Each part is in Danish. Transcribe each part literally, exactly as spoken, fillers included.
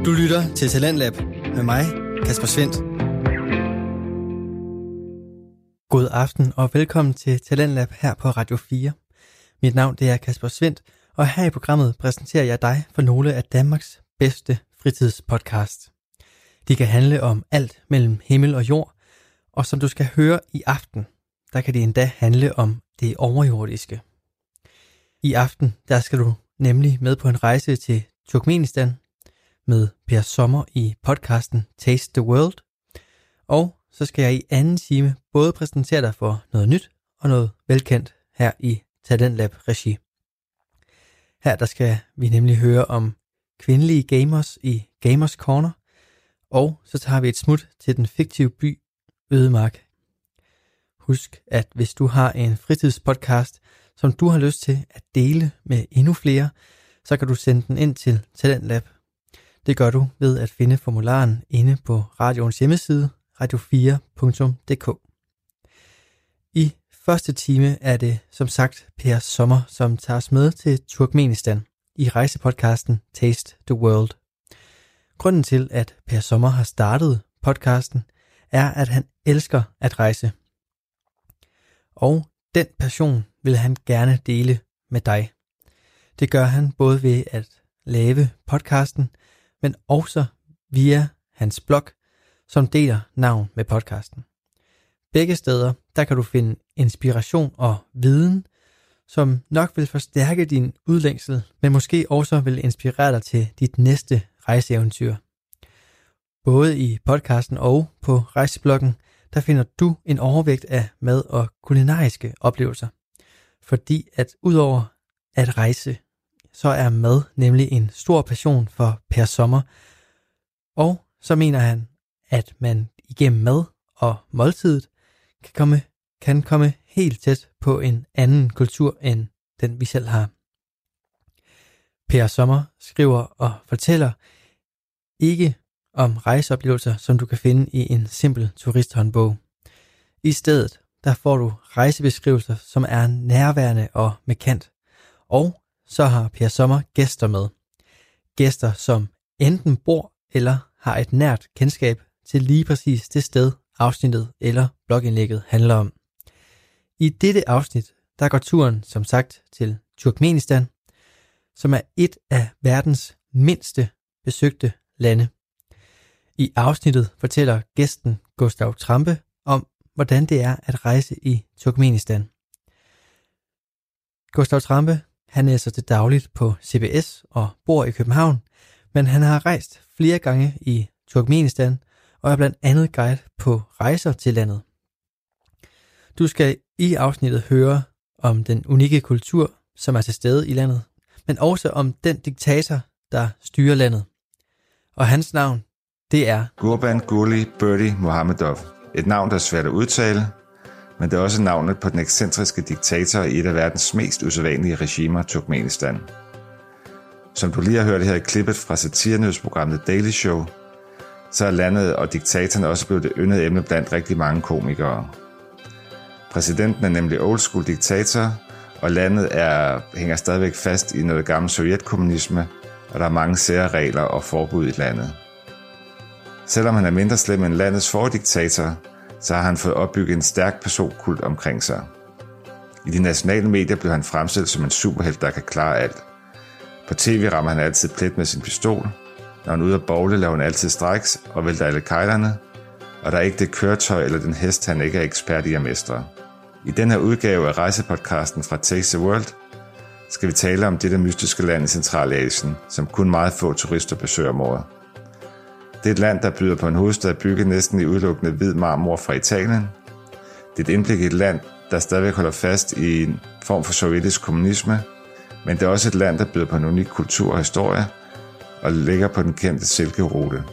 Du lytter til Talentlab med mig, Kasper Svendt. God aften og velkommen til Talentlab her på Radio fire. Mit navn det er Kasper Svendt, og her i programmet præsenterer jeg dig for nogle af Danmarks bedste fritidspodcasts. De kan handle om alt mellem himmel og jord, og som du skal høre i aften, der kan det endda handle om det overjordiske. I aften, der skal du nemlig med på en rejse til Turkmenistan med Per Sommer i podcasten Taste the World. Og så skal jeg i anden time både præsentere dig for noget nyt og noget velkendt her i Talentlab regi. Her der skal vi nemlig høre om kvindelige gamers i Gamers Corner, og så tager vi et smut til den fiktive by Ødemark. Husk, at hvis du har en fritidspodcast, som du har lyst til at dele med endnu flere, så kan du sende den ind til Talentlab. Det gør du ved at finde formularen inde på radioens hjemmeside radio fire punktum d k. I første time er det som sagt Per Sommer, som tager os med til Turkmenistan i rejsepodcasten Taste the World. Grunden til, at Per Sommer har startet podcasten, er, at han elsker at rejse. Og den passion vil han gerne dele med dig. Det gør han både ved at lave podcasten, men også via hans blog, som deler navn med podcasten. Begge steder, der kan du finde inspiration og viden, som nok vil forstærke din udlængsel, men måske også vil inspirere dig til dit næste rejseeventyr. Både i podcasten og på rejsebloggen, der finder du en overvægt af mad- og kulinariske oplevelser. Fordi at udover at rejse, så er mad nemlig en stor passion for Per Sommer. Og så mener han, at man igennem mad og måltidet kan komme, kan komme helt tæt på en anden kultur, end den vi selv har. Per Sommer skriver og fortæller ikke om rejseoplevelser, som du kan finde i en simpel turisthåndbog. I stedet, der får du rejsebeskrivelser, som er nærværende og markant. Og så har Per Sommer gæster med. Gæster, som enten bor eller har et nært kendskab til lige præcis det sted, afsnittet eller blogindlægget handler om. I dette afsnit, der går turen som sagt til Turkmenistan, som er et af verdens mindste besøgte lande. I afsnittet fortæller gæsten Gustav Trampe om, hvordan det er at rejse i Turkmenistan. Gustav Trampe, han er så til dagligt på C B S og bor i København, men han har rejst flere gange i Turkmenistan og er blandt andet guide på rejser til landet. Du skal i afsnittet høre om den unikke kultur, som er til stede i landet, men også om den diktator, der styrer landet. Og hans navn, det er Gurbanguly Berdimuhamedov. Et navn, der er svært at udtale, men det er også navnet på den ekscentriske diktator i et af verdens mest usædvanlige regimer, Turkmenistan. Som du lige har hørt her i klippet fra satirenyhedsprogrammet Daily Show, så er landet og diktatoren også blevet det yndede emne blandt rigtig mange komikere. Præsidenten er nemlig old school diktator, og landet er, hænger stadigvæk fast i noget gammel sovjetkommunisme, og der er mange særregler og forbud i landet. Selvom han er mindre slem end landets fordiktator, så har han fået opbygget en stærk personkult omkring sig. I de nationale medier blev han fremstillet som en superhelt, der kan klare alt. På tv rammer han altid plet med sin pistol. Når han er ude at bowle, laver han altid strikes og vælter alle kejlerne. Og der er ikke det køretøj eller den hest, han ikke er ekspert i at mestre. I den her udgave af rejsepodcasten fra Taste the World skal vi tale om dette mystiske land i Centralasien, som kun meget få turister besøger om året. Det er et land, der byder på en hovedstad bygget næsten i udelukkende hvid marmor fra Italien. Det er et indblik i et land, der stadigvæk holder fast i en form for sovjetisk kommunisme, men det er også et land, der byder på en unik kultur og historie, og ligger på den kendte Silkerute.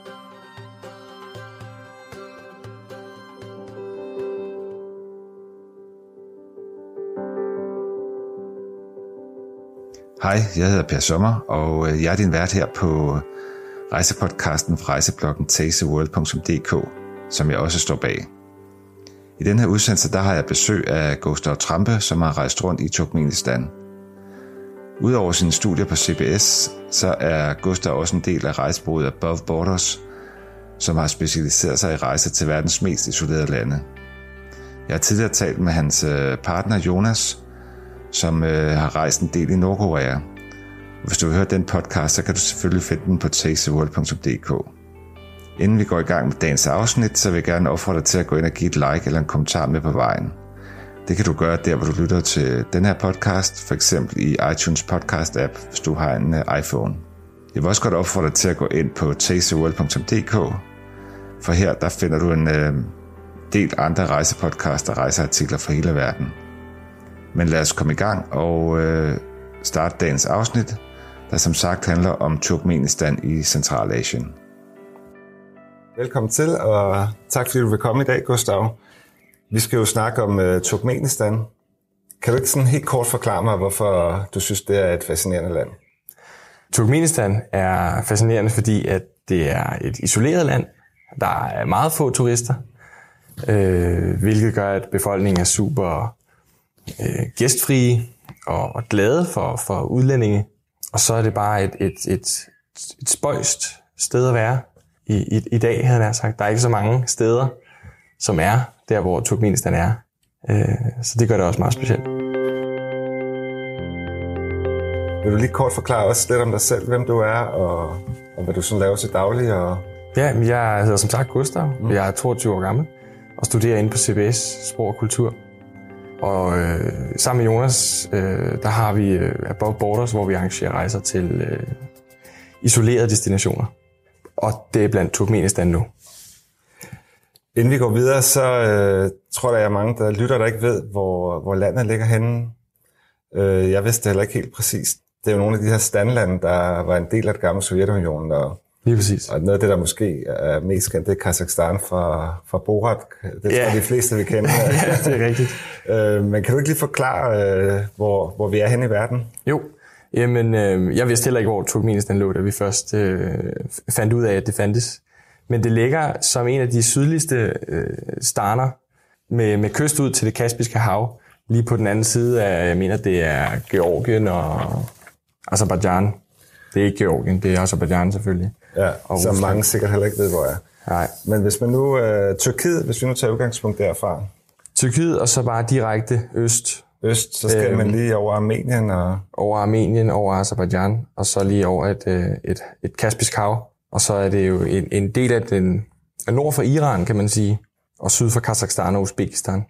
Hej, jeg hedder Per Sommer, og jeg er din vært her på rejsepodcasten fra rejsebloggen taste the world punktum d k, som jeg også står bag. I den her udsendelse, der har jeg besøg af Gustav Trampe, som har rejst rundt i Turkmenistan. Udover sine studier på C B S, så er Gustav også en del af rejsebureauet Above Borders, som har specialiseret sig i rejser til verdens mest isolerede lande. Jeg har tidligere talt med hans partner Jonas, som øh, har rejst en del i Nordkorea. Hvis du vil høre den podcast, så kan du selvfølgelig finde den på taste the world punktum d k. Inden vi går i gang med dagens afsnit, så vil jeg gerne opfordre dig til at gå ind og give et like eller en kommentar med på vejen. Det kan du gøre der, hvor du lytter til den her podcast, for eksempel i iTunes podcast app, hvis du har en uh, iPhone. Jeg vil også godt opfordre dig til at gå ind på taste the world punktum d k, for her der finder du en uh, del andre rejsepodcasts og rejseartikler fra hele verden. Men lad os komme i gang og uh, starte dagens afsnit, der som sagt handler om Turkmenistan i Centralasien. Velkommen til, og tak fordi du vil komme i dag, Gustav. Vi skal jo snakke om uh, Turkmenistan. Kan du ikke sådan helt kort forklare mig, hvorfor du synes, det er et fascinerende land? Turkmenistan er fascinerende, fordi at det er et isoleret land. Der er meget få turister, øh, hvilket gør, at befolkningen er super øh, gæstfrie og, og glade for, for udlændinge. Og så er det bare et, et, et, et spøjst sted at være i, i, i dag, havde jeg sagt. Der er ikke så mange steder, som er der, hvor Turkmenistan er. Øh, så det gør det også meget specielt. Vil du lige kort forklare os lidt om dig selv, hvem du er, og, og hvad du sådan laver til daglig? Og... Ja, jeg hedder som sagt Gustav. Mm. Jeg er toogtyve år gammel og studerer inde på C B S, sprog og kultur. Og øh, sammen med Jonas, øh, der har vi øh, Above Borders, hvor vi arrangerer rejser til øh, isolerede destinationer. Og det er blandt Turkmenistan nu. Inden vi går videre, så øh, tror jeg, der er mange, der lytter, der ikke ved, hvor, hvor landet ligger henne. Øh, jeg vidste det heller ikke helt præcist. Det er jo nogle af de her standlande, der var en del af det gamle Sovjetunionen. Og, lige præcis. Og noget af det, der måske er mest kendt, det er Kazakhstan fra, fra Borat. Det ja. tror de fleste, vi kender. Ja, det er rigtigt. øh, men kan du ikke lige forklare, øh, hvor, hvor vi er henne i verden? Jo. Jamen, øh, jeg vidste heller ikke, hvor Turkmenistan lå, da vi først øh, fandt ud af, at det fandtes. Men det ligger som en af de sydligste øh, staner med, med kyst ud til det Kaspiske hav. Lige på den anden side af, jeg mener, det er Georgien og Aserbajdsjan. Det er ikke Georgien, det er Aserbajdsjan selvfølgelig. Ja, og som mange sikkert heller ikke ved, hvor er. Nej. Men hvis man nu, øh, Tyrkiet, hvis vi nu tager udgangspunkt derfra. Tyrkiet, og så bare direkte øst. Øst, så skal øhm, man lige over Armenien og... Over Armenien, over Aserbajdsjan, og så lige over et, et, et Kaspisk hav. Og så er det jo en, en del af den nord for Iran, kan man sige, og syd for Kazakhstan og Uzbekistan.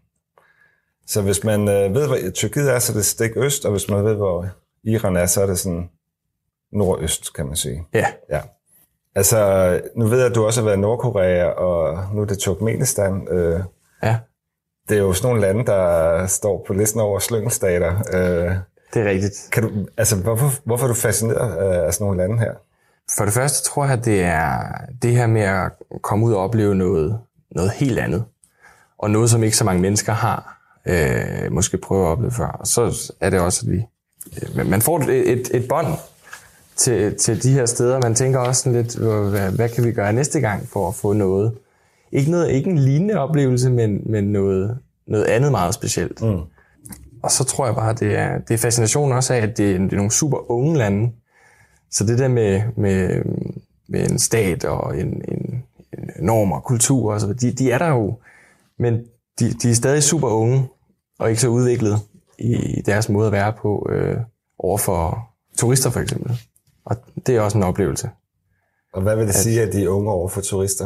Så hvis man øh, ved, hvor Tyrkiet er, så er det stik øst, og hvis man ved, hvor Iran er, så er det sådan nordøst, kan man sige. Ja. Ja. Altså, nu ved jeg, at du også har været i Nordkorea, og nu er det Turkmenistan. Øh, ja. Det er jo sådan nogle lande, der står på listen over slyngelstater. Øh, det er rigtigt. Kan du, altså, hvorfor, hvorfor er du fascineret af sådan nogle lande her? For det første tror jeg, at det er det her med at komme ud og opleve noget, noget helt andet. Og noget, som ikke så mange mennesker har. Øh, måske prøve at opleve før. Og så er det også, at vi... Øh, man får et, et, et bånd til, til de her steder. Man tænker også sådan lidt, hvad, hvad kan vi gøre næste gang for at få noget? Ikke, noget, ikke en lignende oplevelse, men, men noget, noget andet meget specielt. Mm. Og så tror jeg bare, at det er, det er fascinationen også af, at det er, det er nogle super unge lande. Så det der med, med, med en stat og en, en, en norm og kultur, og så, de, de er der jo, men de, de er stadig super unge og ikke så udviklet i deres måde at være på øh, over for turister for eksempel. Og det er også en oplevelse. Og hvad vil det at, sige, at de er unge over for turister?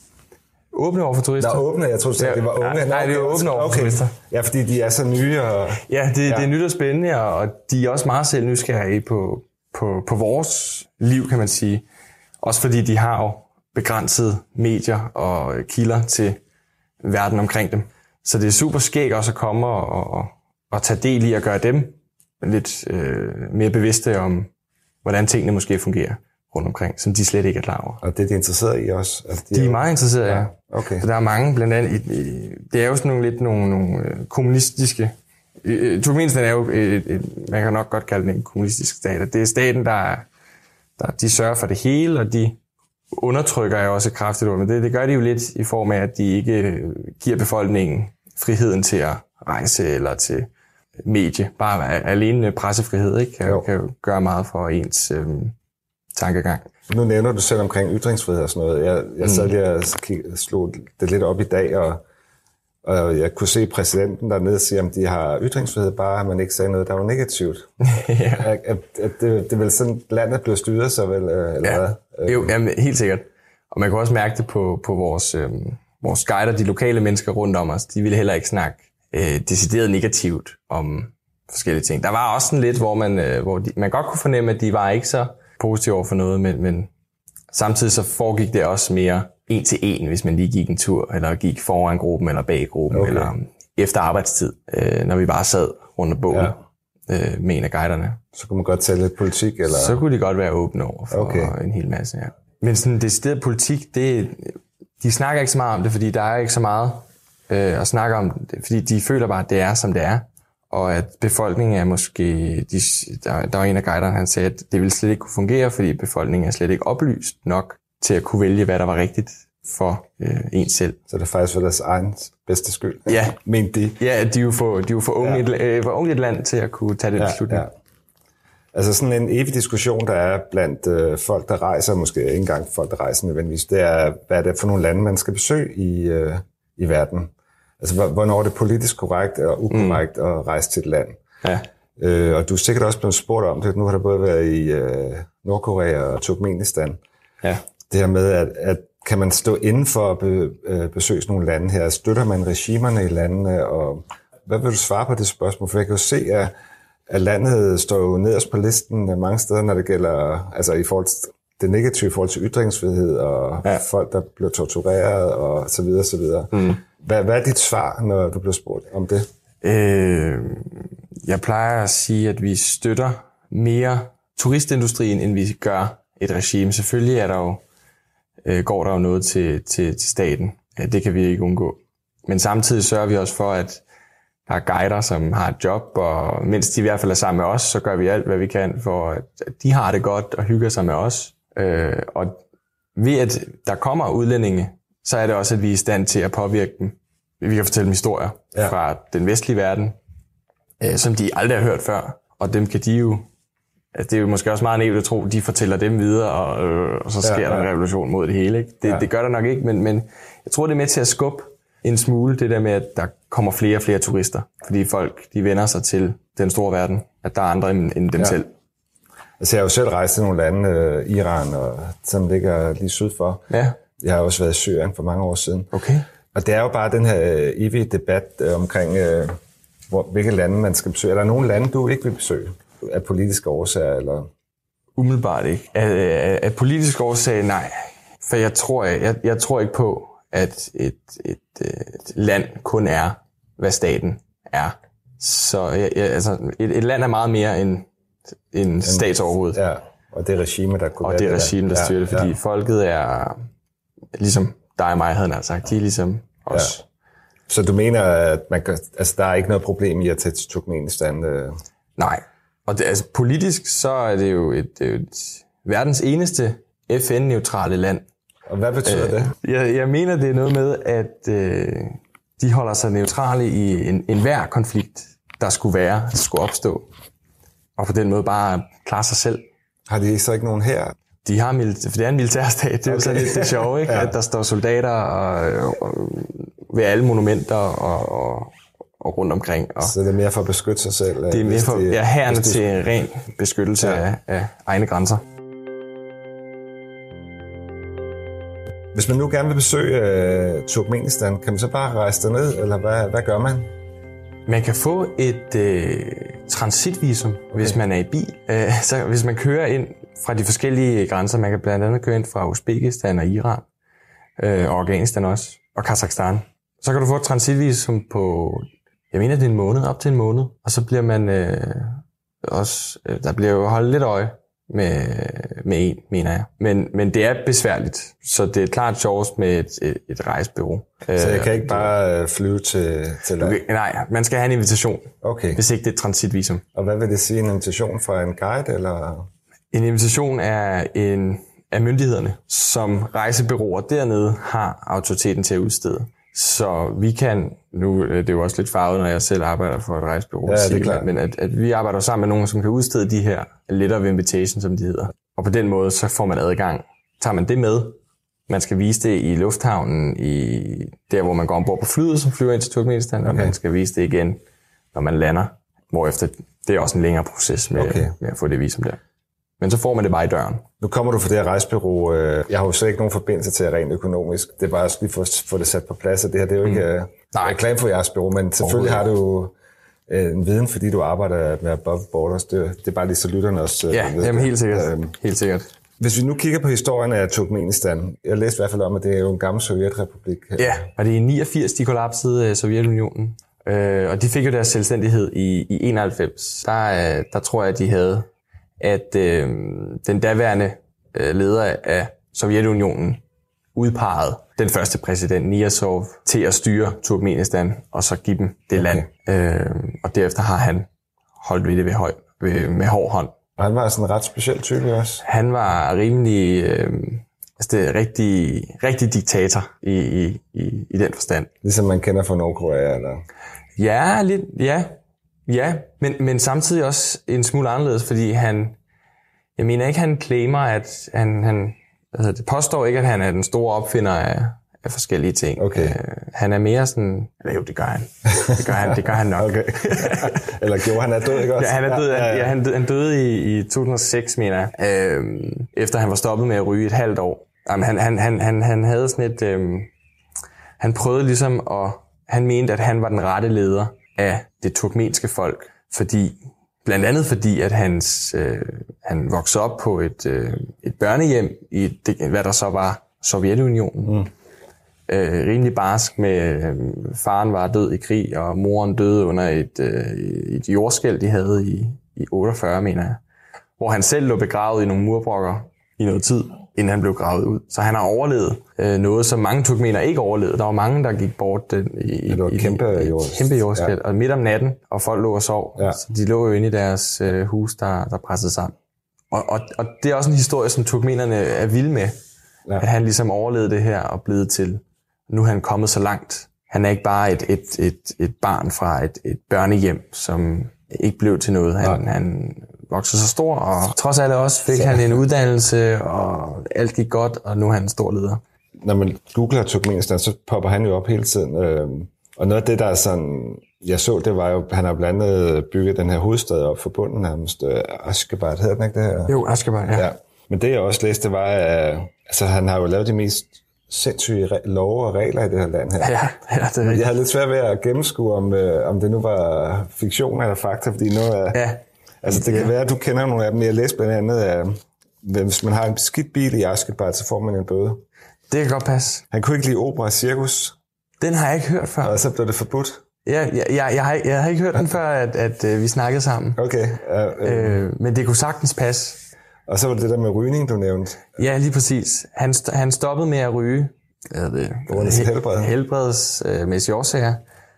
Åbne over for turister? Nå, åbne. Jeg troede, det var unge. Ja, nej, det er åbne over okay. for turister. Ja, fordi de er så nye. Og... Ja, det, ja, det er nyt og spændende, og de er også meget selv nysgerrige på, på, på vores liv, kan man sige. Også fordi de har jo begrænsede medier og kilder til verden omkring dem. Så det er super skægt også at komme og, og, og tage del i at gøre dem lidt øh, mere bevidste om, hvordan tingene måske fungerer rundt omkring, som de slet ikke er klar over. Og det er de interesseret i også? Altså, de, de er meget interesserede, ja. ja. Okay. Så der er mange, blandt andet, i, i, det er jo sådan nogle lidt nogle, nogle kommunistiske, øh, Turkmenistan er jo, et, et, et, man kan nok godt kalde det en kommunistisk stat, det er staten, der, der de sørger for det hele, og de undertrykker jo også kraftigt, men det, det gør de jo lidt i form af, at de ikke giver befolkningen friheden til at rejse, eller til medie. Bare alene pressefrihed, ikke? Kan, kan jo gøre meget for ens øh, tankegang. Nu nævner du selv omkring ytringsfrihed og sådan noget. Jeg, jeg sad lige og slog det lidt op i dag, og, og jeg kunne se præsidenten dernede sige, om de har ytringsfrihed, bare at man ikke sagde noget, der var negativt. ja. at, at, at det, det er vel sådan, landet blev styret sig vel, eller ja. hvad? Jo, jamen, helt sikkert. Og man kan også mærke det på, på vores, øh, vores guider, de lokale mennesker rundt om os. De ville heller ikke snakke øh, decideret negativt om forskellige ting. Der var også sådan lidt, hvor man, øh, hvor de, man godt kunne fornemme, at de var ikke så positive over for noget, men, men samtidig så foregik det også mere en til en, hvis man lige gik en tur, eller gik foran gruppen, eller bag gruppen, okay. eller efter arbejdstid, øh, når vi bare sad rundt om bålet ja. øh, med en af guiderne. Så kunne man godt tale lidt politik? Eller? Så kunne de godt være åbne over for okay. en hel masse, ja. Men sådan det stedet politik, det, de snakker ikke så meget om det, fordi der er ikke så meget øh, at snakke om det, fordi de føler bare, at det er, som det er. Og at befolkningen er måske, de, der, der var en af guiderne, han sagde, at det ville slet ikke kunne fungere, fordi befolkningen er slet ikke oplyst nok til at kunne vælge, hvad der var rigtigt for øh, en selv. Så det faktisk var deres egen bedste skyld, ja. mente de. Ja, de er jo for, de er jo for unge, ja. et, øh, for unge et land til at kunne tage det ja, beslutning. Ja. Altså sådan en evig diskussion, der er blandt øh, folk, der rejser, måske ikke engang folk, der rejser nødvendigvis, det er, hvad er det for nogle lande, man skal besøge i, øh, i verden. Altså, hvornår er det politisk korrekt og ukorrekt mm. at rejse til et land. Ja. Øh, og du er sikkert også blevet spurgt om det. Nu har der både været i øh, Nordkorea og Turkmenistan. Ja. Det her med, at, at kan man stå inden for at be, øh, besøge nogle lande her? Støtter man regimerne i landene? Og hvad vil du svare på det spørgsmål? For jeg kan jo se, at, at landet står jo nederst på listen mange steder, når det gælder, altså i forhold til det negative i forhold til ytringsfrihed og ja. folk, der bliver tortureret og så videre, så videre. Mm. Hvad, hvad er dit svar, når du bliver spurgt om det? Øh, jeg plejer at sige, at vi støtter mere turistindustrien, end vi gør et regime. Selvfølgelig er der jo, øh, går der jo noget til, til, til staten. Ja, det kan vi ikke undgå. Men samtidig sørger vi også for, at der er guider, som har et job, og mens de i hvert fald er sammen med os, så gør vi alt, hvad vi kan for, at de har det godt og hygger sig med os. Øh, og ved at der kommer udlændinge, så er det også, at vi er i stand til at påvirke dem. Vi kan fortælle dem historier ja. fra den vestlige verden, øh, som de aldrig har hørt før. Og dem kan de jo, altså det er jo måske også meget naivt at tro, de fortæller dem videre, og, øh, og så sker ja, ja. der en revolution mod det hele. Ikke? Det, ja. det gør der nok ikke, men, men jeg tror, det er med til at skubbe en smule, det der med, at der kommer flere og flere turister. Fordi folk, de vender sig til den store verden, at der er andre end, end dem ja. selv. Altså jeg har jo selv rejst til nogle lande, øh, Iran, og som ligger lige syd for. Ja. Jeg har også været i Syrien for mange år siden. Okay. Og det er jo bare den her øh, evige debat øh, omkring, øh, hvor, hvilke lande man skal besøge. Er der nogle lande, du ikke vil besøge af politiske årsager? Eller? Umiddelbart ikke. Af, af, af politiske årsager, nej. For jeg tror, jeg, jeg tror ikke på, at et, et, et land kun er, hvad staten er. Så jeg, jeg, altså, et, et land er meget mere end en statsoverhoved. Ja, og det regime, der kunne Og det regime, der styrer det, fordi ja. folket er ligesom dig og mig, havde han sagt. De er ligesom os. Ja. Så du mener, at man kan, altså, der er ikke noget problem i at tage til Turkmenistan? Øh... Nej. Og det, altså, politisk, så er det jo et, et, et verdens eneste F N-neutrale land. Og hvad betyder øh, det? Jeg, jeg mener, det er noget med, at øh, de holder sig neutrale i en, enhver konflikt, der skulle være, der skulle opstå. Og på den måde bare klare sig selv. Har de så ikke nogen her? De har militær, for det er en militærstat. Det er okay. jo så lidt det sjove, ikke? ja. At der står soldater og, og, ved alle monumenter og, og, og rundt omkring. Og så det er mere for at beskytte sig selv? Det er mere for, ja, herren de... til ren beskyttelse ja. af, af egne grænser. Hvis man nu gerne vil besøge uh, Turkmenistan, kan man så bare rejse derned, eller hvad, hvad gør man? Man kan få et øh, transitvisum, okay. hvis man er i bil. Øh, så hvis man kører ind fra de forskellige grænser, man kan blandt andet køre ind fra Uzbekistan og Iran, øh, og Afghanistan også, og Kazakhstan. Så kan du få et transitvisum på, jeg mener det er en måned, op til en måned, og så bliver man øh, også, øh, der bliver jo holdt lidt øje med, med en, mener jeg. Men, men det er besværligt, så det er klart sjovest med et, et, et rejsebureau. Så jeg kan ikke bare flyve til, til land? Okay, nej, man skal have en invitation, okay. hvis ikke det er et transitvisum. Og hvad vil det sige, en invitation fra en guide? Eller? En invitation er en af myndighederne, som rejsebureauer dernede har autoriteten til at udstede. Så vi kan, nu det er jo også lidt farvet, når jeg selv arbejder for et rejsebureau, ja, det er klart. men at, at vi arbejder sammen med nogen, som kan udstede de her letter of invitation, som de hedder. Og på den måde, så får man adgang. Tager man det med, man skal vise det i lufthavnen, i der hvor man går ombord på flyet, som flyver ind til Turkmenistan, okay. Og man skal vise det igen, når man lander. Hvorefter det er også en længere proces med, okay. med at få det visum der. Men så får man det bare i døren. Nu kommer du fra det her rejsebureau. Jeg har jo så ikke nogen forbindelse til rent økonomisk. Det er bare at lige få, få det sat på plads, og det her det er jo ikke mm. reklame for jeres bureau, men selvfølgelig har du jo en viden, fordi du arbejder med Above Borders. Det, det er bare lige så lytterne også. Ja, jamen, helt sikkert. Øhm, helt sikkert. Hvis vi nu kigger på historien af Turkmenistan, jeg læste i hvert fald om, at det er jo en gammel sovjetrepublik. Ja, og det er i niogfirs, de kollapsede Sovjetunionen. Øh, og de fik jo deres selvstændighed i, i enoghalvfems. Der, der tror jeg, at de havde, at øh, den daværende øh, leder af Sovjetunionen udpegede den første præsident, Niyazov, til at styre Turkmenistan, og så give dem det okay. land. Øh, og derefter har han holdt ved det ved høj, ved, med hård hånd. Og han var sådan en ret speciel type også? Han var rimelig, øh, altså det er rigtig, rigtig diktator i, i, i, i den forstand. Ligesom man kender fra Nordkorea, eller? Ja, lidt, ja, ja, men, men samtidig også en smule anderledes, fordi han, jeg mener ikke, han claimer, at han, han altså det påstår ikke, at han er den store opfinder af, af forskellige ting. Okay. Uh, han er mere sådan, eller jo, det gør han. Det gør han, det gør han nok. Okay. Eller gjorde han er død, ikke også? Ja, han er død. Ja, ja, ja. Han, han døde i, i to tusind og seks, mener jeg, øh, efter han var stoppet med at ryge et halvt år. Jamen, han, han, han, han, han havde sådan et, øh, han prøvede ligesom at, han mente, at han var den rette leder af det turkmenske folk, fordi blandt andet fordi, at hans, øh, han voksede op på et, øh, et børnehjem i det, hvad der så var Sovjetunionen. Mm. Øh, rimelig barsk med, øh, faren var død i krig, og moren døde under et, øh, et jordskælv, de havde i, i otteogfyrre, mener jeg. Hvor han selv lå begravet i nogle murbrokker i noget tid, inden han blev gravet ud. Så han har overlevet øh, noget, som mange turkmener ikke overlevede. Der var mange, der gik bort øh, i, det var i, kæmpe, i, jord. i kæmpe jordskælv. Ja. Og midt om natten, og folk lå og sov. Ja. Så de lå jo inde i deres øh, hus, der, der pressede sammen. Og, og, og det er også en historie, som turkmenerne er vilde med. Ja. At han ligesom overlevede det her og blevet til, nu er han kommet så langt. Han er ikke bare et, et, et, et barn fra et, et børnehjem, som ikke blev til noget. Han, ja. han voksede så stor, og trods alt også fik ja. han en uddannelse, og alt gik godt, og nu er han en stor leder. Når man googler Turkmenistan, så popper han jo op hele tiden. Og noget af det, der er sådan, jeg så, det var jo, han har blandt andet bygget den her hovedstad op for bunden nærmest. Ashgabat, hedder den ikke det her? Jo, Ashgabat, ja. ja. Men det jeg også læste, det var, at altså, han har jo lavet de mest sindssyge love og regler i det her land her. Ja, ja, det er rigtigt. Jeg havde lidt svært ved at gennemskue, om, øh, om det nu var fiktion eller fakta, fordi nu er... Ja. Altså, det kan ja. være, at du kender nogle af dem. Jeg læste blandt andet, at hvis man har en skidt bil i Ashgabat, så får man en bøde. Det kan godt passe. Han kunne ikke lide opera og cirkus. Den har jeg ikke hørt før. Og så blev det forbudt. Ja, jeg, jeg, jeg, har, jeg har ikke hørt den før, at, at, at vi snakkede sammen. Okay. Uh, uh, øh, men det kunne sagtens passe. Og så var det det der med rygning, du nævnte. Ja, lige præcis. Han, han stoppede med at ryge. Ja, det er helbred. helbredsmæssige årsager.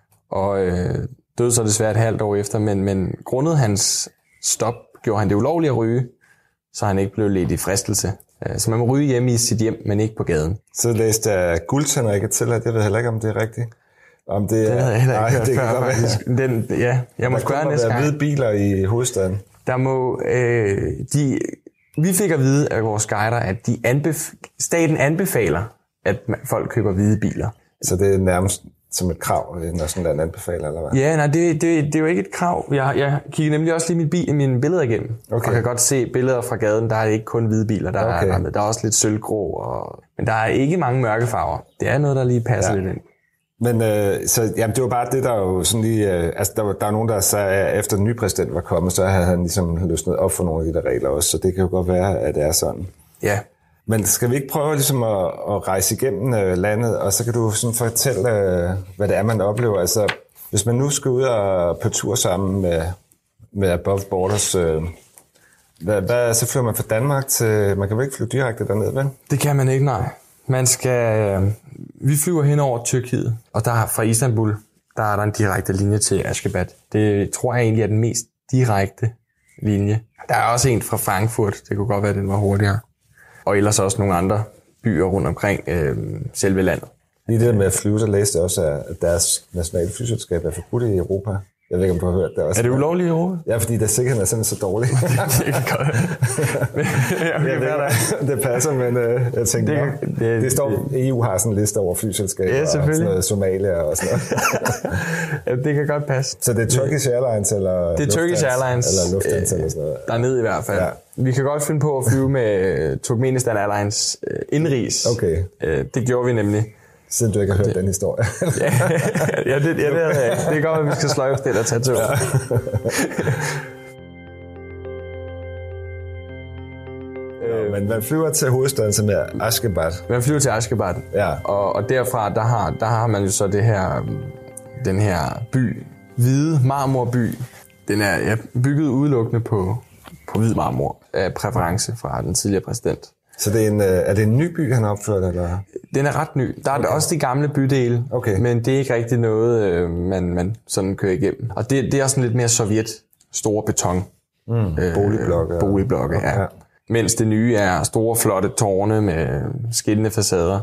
Og øh, døde så desværre et halvt år efter, men, men grundet hans stop gjorde han det ulovligt at ryge, så han ikke blev ledt i fristelse. Så man må ryge hjemme i sit hjem, men ikke på gaden. Så læste jeg guldtænder ikke til, at jeg ved heller ikke, om det er rigtigt. Om det, det havde jeg heller ikke nej, hørt før, faktisk. Den, ja, jeg må spørge næste gang. Der hvide biler i hovedstaden. Der må, øh, de, vi fik at vide af vores guider, at de anbef- staten anbefaler, at folk køber hvide biler. Så det er nærmest som et krav, når sådan en anbefaler, eller hvad? Ja, nej, det, det, det er jo ikke et krav. Jeg, jeg kigger nemlig også lige min bil, mine billeder igennem, okay. Og kan godt se billeder fra gaden. Der er ikke kun hvide biler, der, okay. er, der, der er også lidt sølvgrå, og, men der er ikke mange mørke farver. Det er noget, der lige passer ja. lidt ind. Men øh, så, jamen, det var bare det, der jo sådan lige... Øh, altså, der var, der var nogen, der sagde, at efter den nye præsident var kommet, så havde han ligesom løsnet op for nogle af de der regler også, så det kan jo godt være, at det er sådan. Ja. Men skal vi ikke prøve ligesom at, at rejse igennem øh, landet, og så kan du sådan fortælle, øh, hvad det er, man oplever? Altså, hvis man nu skal ud og på tur sammen med, med Above Borders, øh, hvad, hvad, så flyver man fra Danmark til... Man kan vel ikke flyve direkte derned, vel? Det kan man ikke, nej. Man skal... Øh, vi flyver hen over Tyrkiet, og der fra Istanbul, der er der en direkte linje til Ashgabat. Det tror jeg egentlig er den mest direkte linje. Der er også en fra Frankfurt. Det kunne godt være, at den var hurtigere. Og ellers også nogle andre byer rundt omkring øh, selve landet. Lige det med at flyve, så læste jeg også, at deres nationale flyselskab er forbudt i Europa. Jeg ved ikke, om du har hørt det også. Er det ulovligt i Europa? Ja, fordi der sikkerheden er simpelthen så dårlig. det kan godt. ja, det, det passer, men uh, jeg tænker, det, det, det, det står, E U har sådan en liste over flyselskaber, ja, og sådan noget Somalia og sådan noget. ja, det kan godt passe. Så det er Turkish Airlines eller det er Turkish Airlines, eller Lufthansa øh, eller sådan noget. Der er nede i hvert fald. Ja. Vi kan godt finde på at flyve med Turkmenistan Airlines øh, indrigs. Okay. Øh, det gjorde vi nemlig. Siden du ikke har hørt det. Den historie. ja, ja, det, ja, det er det. Det er godt, at vi skal sløjfe det og tage til. Ja. øh, Men man flyver til hovedstaden, som er Ashgabat. Man flyver til Ashgabat. Ja. Og, og derfra, der har, der har man jo så det her, den her by, hvide marmorby. Den er ja, bygget udelukkende på, på hvid marmor af præference fra den tidligere præsident. Så det er, en, er det en ny by, han har opført, eller? Den er ret ny. Der er okay. også de gamle bydele, okay. men det er ikke rigtig noget, man, man sådan kører igennem. Og det, det er også sådan lidt mere sovjet, store beton. Mm, øh, boligblokke. Boligblokke, ja. ja. Mens det nye er store, flotte tårne med skinnende facader.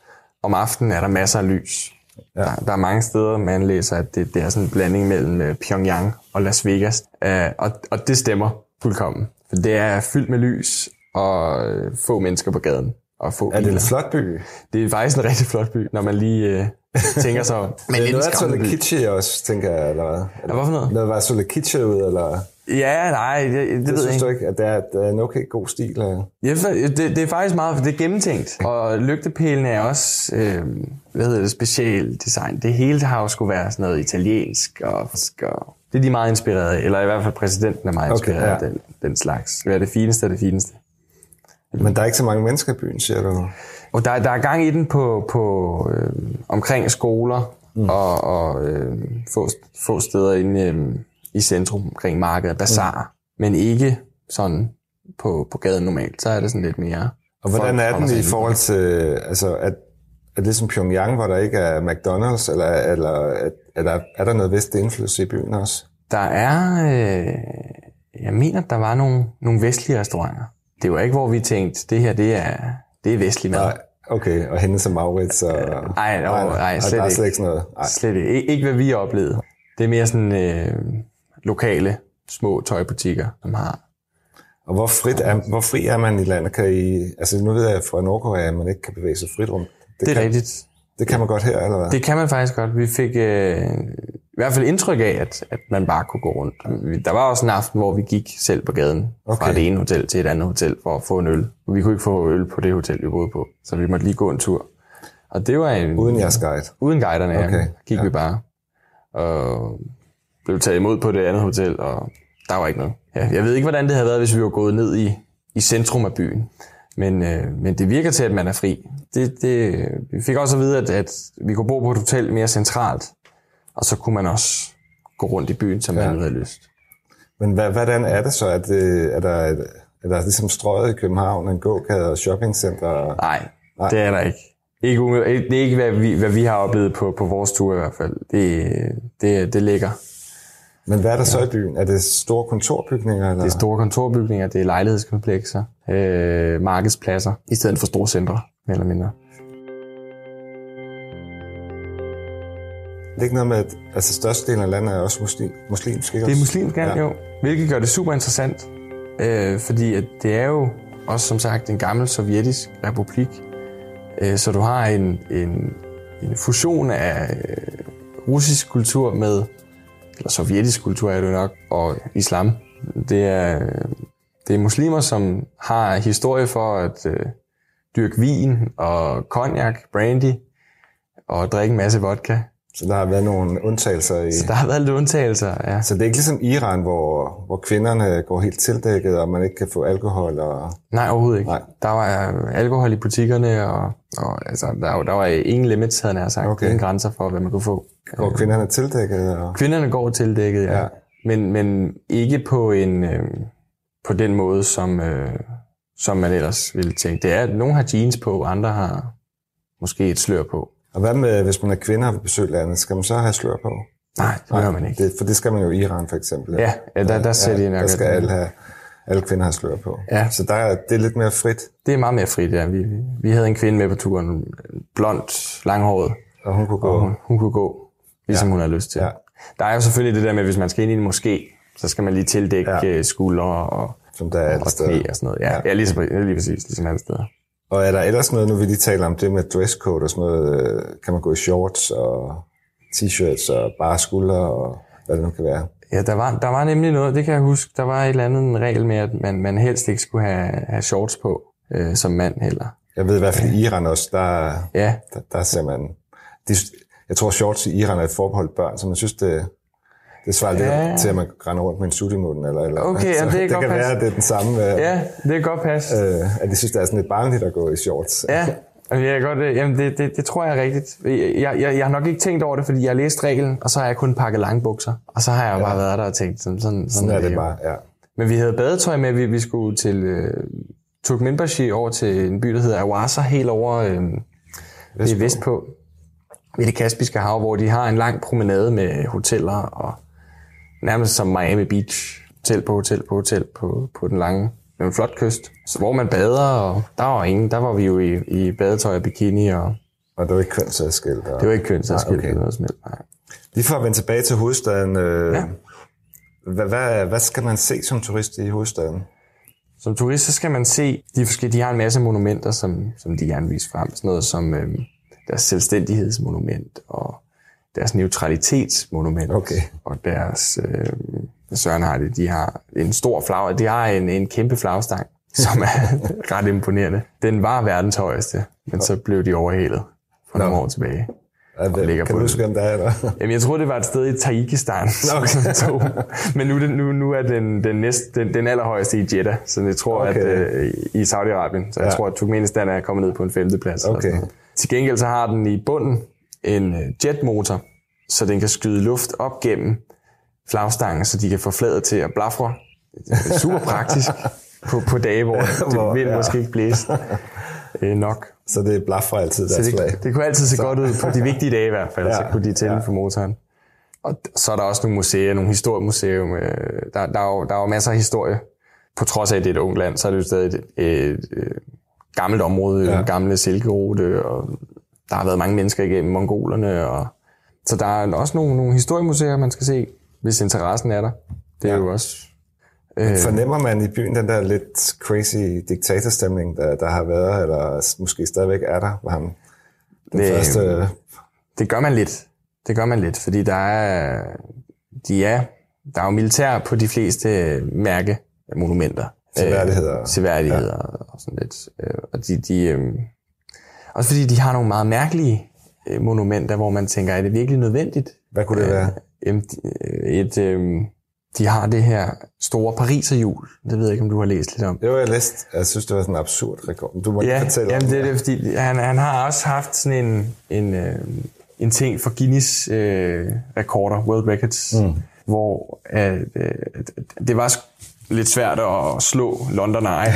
Om aftenen er der masser af lys. Ja. Der, der er mange steder, man læser, at det, det er sådan en blanding mellem Pyongyang og Las Vegas. Uh, og, og det stemmer fuldkommen. For det er fyldt med lys og få mennesker på gaden. Og få er det en flot by? Det er faktisk en rigtig flot by, når man lige øh, tænker sig om. Men det er noget Solekice også, tænker jeg, eller hvad? Ja, hvad for noget? Noget var Solekice ud, eller? Ja, nej, det, det, det ved synes jeg ikke. Du ikke, at det er, det er en okay god stil? Eller? Ja, det, det er faktisk meget, for det er gennemtænkt. Og lygtepælene er også, øh, hvad hedder det, specialdesign. Det hele har jo skulle være sådan noget italiensk og, og det er de meget inspireret af, eller i hvert fald præsidenten er meget inspireret okay, ja. af den, den slags. Hvad er det fineste af det fineste? Men der er ikke så mange mennesker i byen, siger du? Og der, der er gang i den på, på øh, omkring skoler mm. og, og øh, få, få steder inde øh, i centrum, omkring markedet, bazaar, mm. men ikke sådan på, på gaden normalt. Så er det sådan lidt mere... Og hvordan er den i forhold til... Altså, at, er det som Pyongyang, hvor der ikke er McDonald's, eller, eller er, er, der, er der noget vestlig indflydelse i byen også? Der er... Øh, jeg mener, der var nogle, nogle vestlige restauranter. Det var ikke, hvor vi tænkte, det her, det er, det er vestlig mad. Nej, okay, og hende som Maurits og... Nej, nej, nej, nej slet der er ikke. slet ikke sådan noget. Nej. Slet ikke. Ik- ikke, hvad vi oplevede. Det er mere sådan øh, lokale, små tøjbutikker, som har... Og hvor, frit er, hvor fri er man i landet? Kan I, altså nu ved jeg fra Nordkorea, at man ikke kan bevæge sig frit rundt. Det, det er kan, rigtigt. Det kan man godt her, eller hvad? Det kan man faktisk godt. Vi fik øh, i hvert fald indtryk af, at, at man bare kunne gå rundt. Der var også en aften, hvor vi gik selv på gaden okay. fra det ene hotel til et andet hotel for at få en øl. Vi kunne ikke få øl på det hotel, vi boede på, så vi måtte lige gå en tur. Og det var en... Uden jeres guide? Uden guiderne, okay. ja. Gik ja. vi bare. Og blev taget imod på det andet hotel, og der var ikke noget. Ja, jeg ved ikke, hvordan det havde været, hvis vi var gået ned i, i centrum af byen. Men, øh, men det virker til, at man er fri. Det, det, vi fik også at vide, at, at vi kunne bo på et hotel mere centralt, og så kunne man også gå rundt i byen, som ja. man havde lyst. Men hvad, hvordan er det så? Er, det, er, der, er der ligesom strøget i København, en gågade og shoppingcenter? Nej, Nej, det er der ikke. Ikke, det er ikke, hvad vi, hvad vi har oplevet på, på vores tur i hvert fald. Det, det, det ligger. Men hvad er der så ja. i byen? Er det store kontorbygninger? Eller? Det er store kontorbygninger, det er lejlighedskomplekser, øh, markedspladser, i stedet for store centre, mere eller mindre. Det er ikke noget med, at altså, størstedelen af landet er også muslim, muslimsk, ikke? Det er muslimsk, ja. jo. Hvilket gør det super interessant, øh, fordi at det er jo også som sagt en gammel sovjetisk republik, øh, så du har en, en, en fusion af øh, russisk kultur med eller sovjetisk kultur er det nok, og islam. Det er, det er muslimer, som har historie for at øh, dyrke vin og cognac, brandy og drikke en masse vodka. Så der har været nogle undtagelser i... Så der har været lidt undtagelser, ja. Så det er ikke ligesom Iran, hvor, hvor kvinderne går helt tildækket, og man ikke kan få alkohol og... Nej, overhovedet ikke. Nej. Der var alkohol i butikkerne, og, og altså, der, der var ingen limits, havde jeg sagt. Okay. Ingen grænser for, hvad man kunne få. Går kvinderne tildækket? Og... Kvinderne går tildækket, ja. ja. Men, men ikke på en øh, på den måde, som, øh, som man ellers ville tænke. Det er, at nogle har jeans på, andre har måske et slør på. Og hvad med, hvis man er kvinder og vil besøge landet, skal man så have slør på? Nej, det gør man ikke. Det, for det skal man jo i Iran for eksempel. Ja, ja der, der ser de nok. Der skal alle have, alle kvinder har slør på. Ja. Så der er, det er lidt mere frit. Det er meget mere frit, ja. Vi, vi havde en kvinde med på turen, blond, langhåret. Og hun kunne gå. Og hun, hun kunne gå, ligesom ja. hun havde lyst til. Ja. Der er jo selvfølgelig det der med, hvis man skal ind i en moské, så skal man lige tildække ja. skuldre og, som der er og knæ og sådan noget. Ja, ja. ja lige, så, lige præcis, ligesom alle steder. Og er der ellers noget, nu vi lige taler om det med dresscode og sådan noget, kan man gå i shorts og t-shirts og bare skuldre og hvad det nu kan være? Ja, der var, der var nemlig noget, det kan jeg huske, der var et eller andet en regel med, at man, man helst ikke skulle have, have shorts på, øh, som mand heller. Jeg ved i hvert fald i Iran også, der, ja. der, der ser man, de, jeg tror shorts i Iran er et forbeholdt børn, så man synes, det, det svarer ja. lidt til, at man render rundt med en sutimutten eller eller okay, ja, det, det kan pas. være, at det er den samme, ja, det er godt pas. Øh, at de synes, det er sådan lidt barnligt at gå i shorts. Ja. Ja, godt, jamen det, det, det tror jeg er rigtigt. Jeg, jeg, jeg har nok ikke tænkt over det, fordi jeg har læst reglen, og så har jeg kun pakket langbukser. Og så har jeg jo ja. bare været der og tænkt, sådan, sådan, sådan er det, det bare, ja. Men vi havde badetøj med, vi, vi skulle til uh, Turkmenbashi over til en by, der hedder Awasa, helt over uh, vestpå. vestpå. Ved det Kaspiske Hav, hvor de har en lang promenade med hoteller, og nærmest som Miami Beach. Hotel på hotel på hotel på, på den lange. En flot kyst, så hvor man bader, og der var ingen. Der var vi jo i, i badetøj og bikini. Og, og det var ikke kønsadskilt? Og... Det var ikke kønsadskilt. Okay. Noget som helst, nej. Lige for at vende tilbage til hovedstaden. Øh, ja. hvad, hvad, hvad skal man se som turist i hovedstaden? Som turist, så skal man se, de, de har en masse monumenter, som, som de gerne viser frem. Sådan noget som øh, deres selvstændighedsmonument, og deres neutralitetsmonument, okay. og deres... Øh, Søren har det, de har en stor flag, de har en, en kæmpe flagstang, som er ret imponerende. Den var verdens højeste, men så blev de overhalet for nogle år tilbage. Ja, det, kan du huske, hvem der er der? Jamen, jeg tror det var et sted i Tajikistan. Okay. Men nu, nu, nu er den, den, næste, den, den allerhøjeste i Jeddah, så jeg tror, okay. at uh, i Saudi-Arabien. Så jeg ja. tror, at Turkmenistan er kommet ned på en femteplads. Okay. Til gengæld så har den i bunden en jetmotor, så den kan skyde luft op gennem flagstangen, så de kan få flaget til at blafre. Det er super praktisk på, på dage, hvor det vil ja. måske ikke blæse øh, nok. Så det blafrer altid deres det, flag. Det kunne altid se så. godt ud på de vigtige dage i hvert fald, ja. så kunne de tænde ja. for motoren. Og så er der også nogle museer, nogle historiemuseer. Der, der, er jo, der er jo masser af historie. På trods af, at det er et ungt land, så er det jo stadig et, et, et, et gammelt område, ja. en gamle silkerute, og der har været mange mennesker igennem mongolerne. Og, så der er også nogle, nogle historiemuseer, man skal se, hvis interessen er der. Det er ja. jo også... Øh, Fornemmer man i byen den der lidt crazy diktatorstemning, der, der har været, eller måske stadigvæk er der? Var han den det, første... det gør man lidt. Det gør man lidt, fordi der er... De er der er jo militær på de fleste mærkemonumenter. Seværdigheder. Øh, seværdigheder ja. og sådan lidt. Og de... de øh, også fordi de har nogle meget mærkelige monumenter, hvor man tænker, er det virkelig nødvendigt? Hvad kunne det være? Et, et, et, de har det her store pariserhjul. Det ved jeg ikke, om du har læst lidt om. Jo, jeg har læst. Jeg synes, det var sådan en absurd rekord. Du må ja, ikke fortælle jamen, om det. Er det, fordi han, han har også haft sådan en, en, en ting for Guinness øh, rekorder, World Records, mm. hvor øh, det var lidt svært at slå London Eye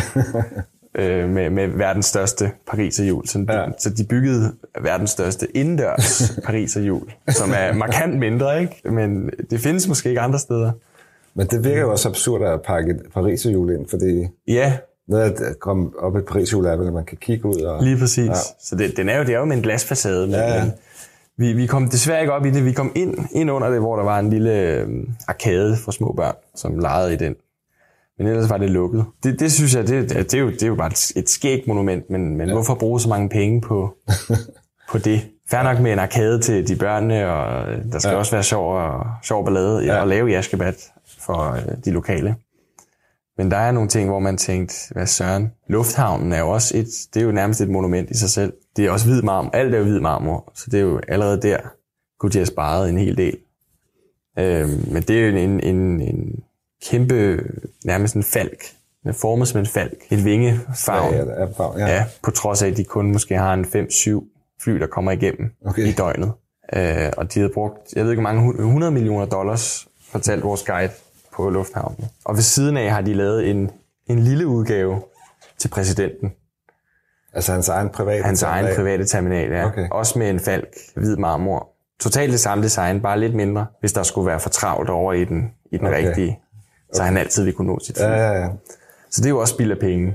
øh, med, med verdens største pariserhjul. Så, ja. så de byggede verdens største indendørs pariserhjul, som er markant mindre, ikke? Men det findes måske ikke andre steder. Men det virker jo også absurd at pakke et pariserhjul ind, fordi ja. noget at komme op et pariserhjul er vel, at man kan kigge ud. Og, lige præcis. Ja. Så det, den er jo, det er jo med en glasfacade. Men, ja, ja. men vi, vi kom desværre ikke op i det. Vi kom ind, ind under det, hvor der var en lille øh, arkade for små børn, som legede i den. Men ellers var det lukket. Det, det synes jeg, det, det, er jo, det er jo bare et, et skægt monument, men, men ja. hvorfor bruge så mange penge på, på det? Fair nok med en arkade til de børnene, og der skal ja. også være sjov, og, sjov ballade ja. at lave i Ashgabat for øh, de lokale. Men der er nogle ting, hvor man tænkte, hvad søren, lufthavnen er jo også et, det er jo nærmest et monument i sig selv. Det er også hvid marmor, alt er jo hvid marmor, så det er jo allerede der, kunne de have sparet en hel del. Øh, men det er jo en, en, en kæmpe, nærmest en falk. Den er formet som en falk. Et vingefarve. Ja, ja, det er farve, ja. ja, på trods af, at de kun måske har en fem syv fly, der kommer igennem okay. i døgnet. Øh, og de havde brugt, jeg ved ikke hvor mange, hundrede millioner dollars, fortalt vores guide på lufthavnen. Og ved siden af har de lavet en, en lille udgave til præsidenten. Altså hans egen private Hans terminal? egen private terminal, ja. Okay. Også med en falk, hvid marmor. Totalt det samme design, bare lidt mindre, hvis der skulle være for travlt over i den, i den okay. rigtige. så han altid vil kunne nå sit fly. Ja, ja, ja. Så det er jo også spild af penge.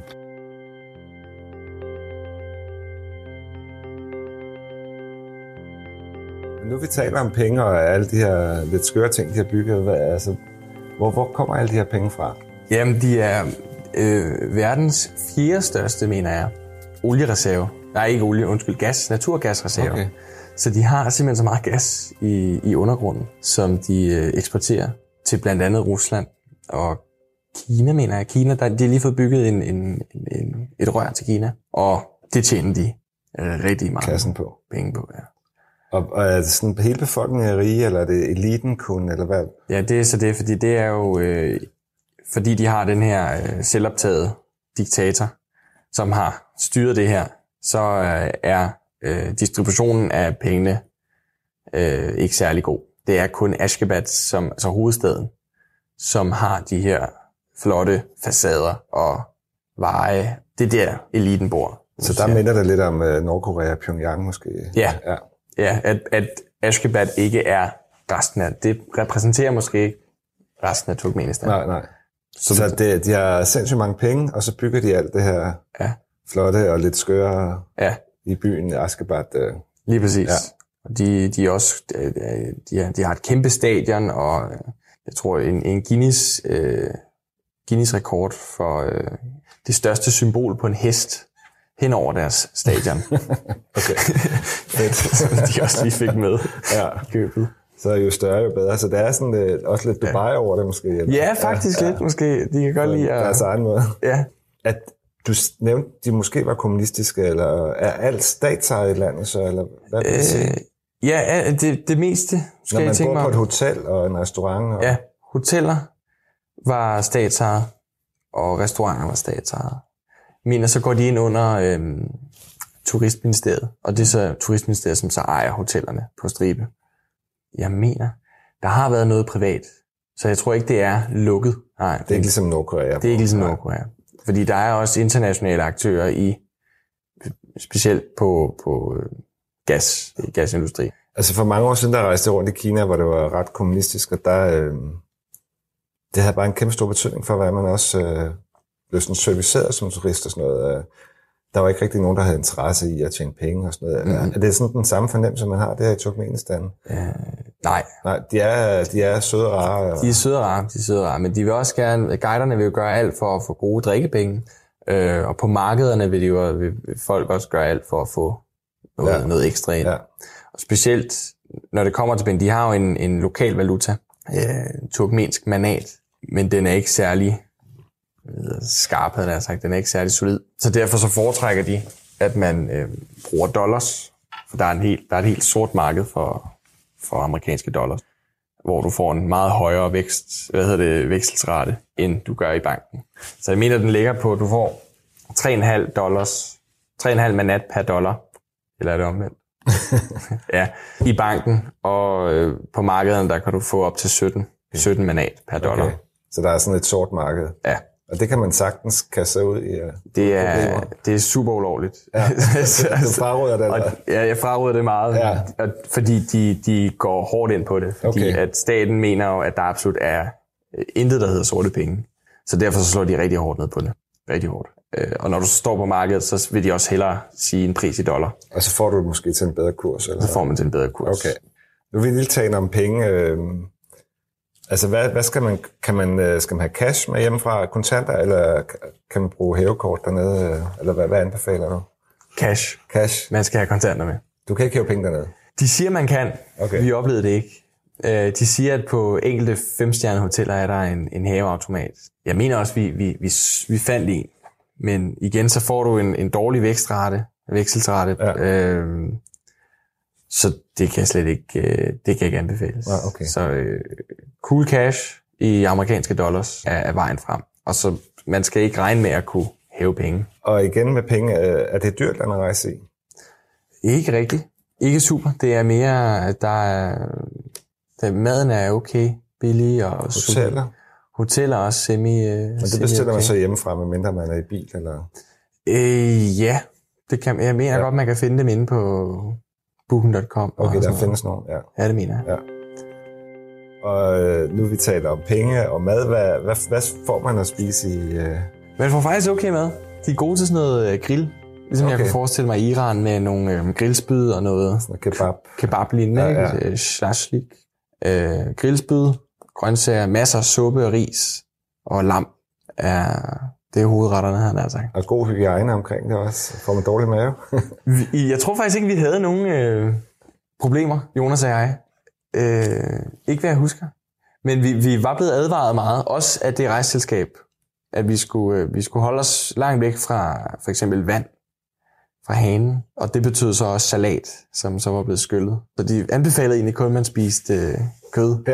Nu vi taler om penge og alle de her lidt skøre ting, de har bygget. Hvad, altså, hvor, hvor kommer alle de her penge fra? Jamen, de er øh, verdens fjerde største, mener jeg, oliereserve. Nej, ikke olie, undskyld, gas, naturgasreserve. Okay. Så de har simpelthen så meget gas i, i undergrunden, som de øh, eksporterer til blandt andet Rusland og Kina, mener jeg. Kina, der, de har lige fået bygget en, en, en, et rør til Kina, og det tjener de øh, rigtig meget Kassen på. penge på. Ja. Og, og er det sådan, hele befolkningen er rige, eller er det eliten kun, eller hvad? Ja, det er så det, fordi det er jo, øh, fordi de har den her øh, selvoptagede diktator, som har styret det her, så øh, er øh, distributionen af pengene øh, ikke særlig god. Det er kun Ashgabat, som, altså hovedstaden, som har de her flotte facader og veje. Det er der, eliten bor. Så der minder det lidt om uh, Nordkorea og Pyongyang måske? Ja, ja. ja at, at Ashgabat ikke er resten af, det repræsenterer måske ikke resten af Turkmenistan. Nej, nej. Så, så det, de har sindssygt mange penge, og så bygger de alt det her ja. flotte og lidt skøre ja. i byen Ashgabat. Uh. Lige præcis. Ja. De, de, er også, de, har, de har et kæmpe stadion, og jeg tror en, en Guinness, øh, Guinness rekord for øh, det største symbol på en hest hen over deres stadion. Okay. De også lige fik med ja. købet. Så jo større, jo bedre. Så der er sådan lidt, også lidt Dubai ja. over det måske. Eller? Ja, faktisk ja, lidt ja. måske. De kan godt lide at... deres egen måde. Ja. At du nævnte, de måske var kommunistiske, eller er alt statsejet i landet så, eller hvad vil du sige? Ja, det, det meste skal Når man jeg tænke bor mig på et hotel og en restaurant. Og... Ja, hoteller var statsejet, og restauranter var statsejet. Men så går de ind under øhm, Turistministeriet, og det er så Turistministeriet, som så ejer hotellerne på stribe. Jeg mener, der har været noget privat, så jeg tror ikke, det er lukket. Nej, det er ikke ligesom Nordkorea. Det er ikke ligesom Nordkorea. Fordi der er også internationale aktører i, specielt på, på gas, gasindustri. Altså for mange år siden, der rejste jeg rundt i Kina, hvor det var ret kommunistisk, og der, øh, det havde bare en kæmpe stor betydning for, hvad man også øh, blev sådan serviceret som turist og sådan noget. Øh, der var ikke rigtig nogen, der havde interesse i at tjene penge og sådan noget. Mm-hmm. Er det sådan den samme fornemmelse, man har der i Turkmenistan? Øh, nej. Nej, de er, de er søde og rare. Og... De er søde og rare, de er søde og rare, men de vil også gerne, guiderne vil jo gøre alt for at få gode drikkepenge, øh, og på markederne vil, de jo, vil folk også gøre alt for at få noget, ja. noget ekstra ind. Ja. Og specielt, når det kommer til penge, de har jo en, en lokal valuta, øh, turkmensk manat, men den er ikke særlig skarp, havde jeg sagt. Den er ikke særlig solid. Så derfor så foretrækker de, at man øh, bruger dollars, for der er, en helt, der er et helt sort marked for, for amerikanske dollars, hvor du får en meget højere vækst, hvad hedder det, vekselsrate, end du gør i banken. Så jeg mener, den ligger på, at du får tre komma fem dollars, tre komma fem manat per dollar, eller er det omvendt? ja, i banken, og øh, på markederne, der kan du få op til sytten, sytten manat per dollar. Okay. Så der er sådan et sort marked? Ja. Og det kan man sagtens kaste ud i uh, det er, det er super ulovligt. Ja. Du fraråder det? Og, ja, jeg fraråder det meget, ja. og, fordi de, de går hårdt ind på det. Fordi okay. at staten mener jo, at der absolut er intet, der hedder sorte penge. Så derfor så slår de rigtig hårdt ned på det. Rigtig hårdt. Og når du står på markedet, så vil de også hellere sige en pris i dollar. Og så får du måske til en bedre kurs? Eller? Så får man til en bedre kurs. Okay. Nu vil vi lige tale om penge. Øh... Altså, hvad, hvad skal man, kan man, skal man have cash med hjemmefra, kontanter, eller kan man bruge hævekort dernede, eller hvad, hvad anbefaler du? Cash. Cash. Man skal have kontanter med. Du kan ikke hæve penge dernede? De siger, man kan. Okay. Vi oplevede det ikke. De siger, at på enkelte femstjernede hoteller er der en, en hæveautomat. Jeg mener også, vi, vi, vi, vi fandt en. Men igen, så får du en, en dårlig vækstrate, vekselsrate. Ja. Øhm, Så det kan jeg slet ikke, det kan ikke anbefales. Ah, okay. Så uh, cool cash i amerikanske dollars er, er vejen frem. Og så man skal ikke regne med at kunne hæve penge. Og igen med penge, er det dyrt land at rejse i? Ikke rigtigt. Ikke super. Det er mere, at der er, der, maden er okay, billig og hoteller. Super. Hoteller er også semi. Men det bestiller okay. man så hjemmefra, medmindre man er i bil, eller? Øh, ja, det kan. Jeg mener ja. godt, man kan finde dem inde på booking punktum com. Okay, der findes nogen, ja. Ja, det mener jeg. Ja. Og øh, nu vi taler om penge og mad. Hvad, hvad, hvad får man at spise i... Øh... Man får faktisk okay mad. De er gode til sådan noget øh, grill. Ligesom okay. Jeg kunne forestille mig i Iran med nogle øh, grillspyd og noget... Sådan noget kebab. Kebab-lignende, ja, ja. Shashlik. Øh, grillspyd, grøntsager, masser af suppe og ris og lam. Er, det er hovedretterne, han har sagt. Og god hygiejne omkring det også. Får man dårlig mave? Jeg tror faktisk ikke, vi havde nogen øh, problemer, Jonas og jeg. Øh, ikke hvad jeg husker. Men vi, vi var blevet advaret meget, også af det rejseselskab, at vi skulle, øh, vi skulle holde os langt væk fra for eksempel vand fra hanen. Og det betød så også salat, som så var blevet skyllet. Så de anbefalede egentlig kun, at man spiste øh, kød. Ja.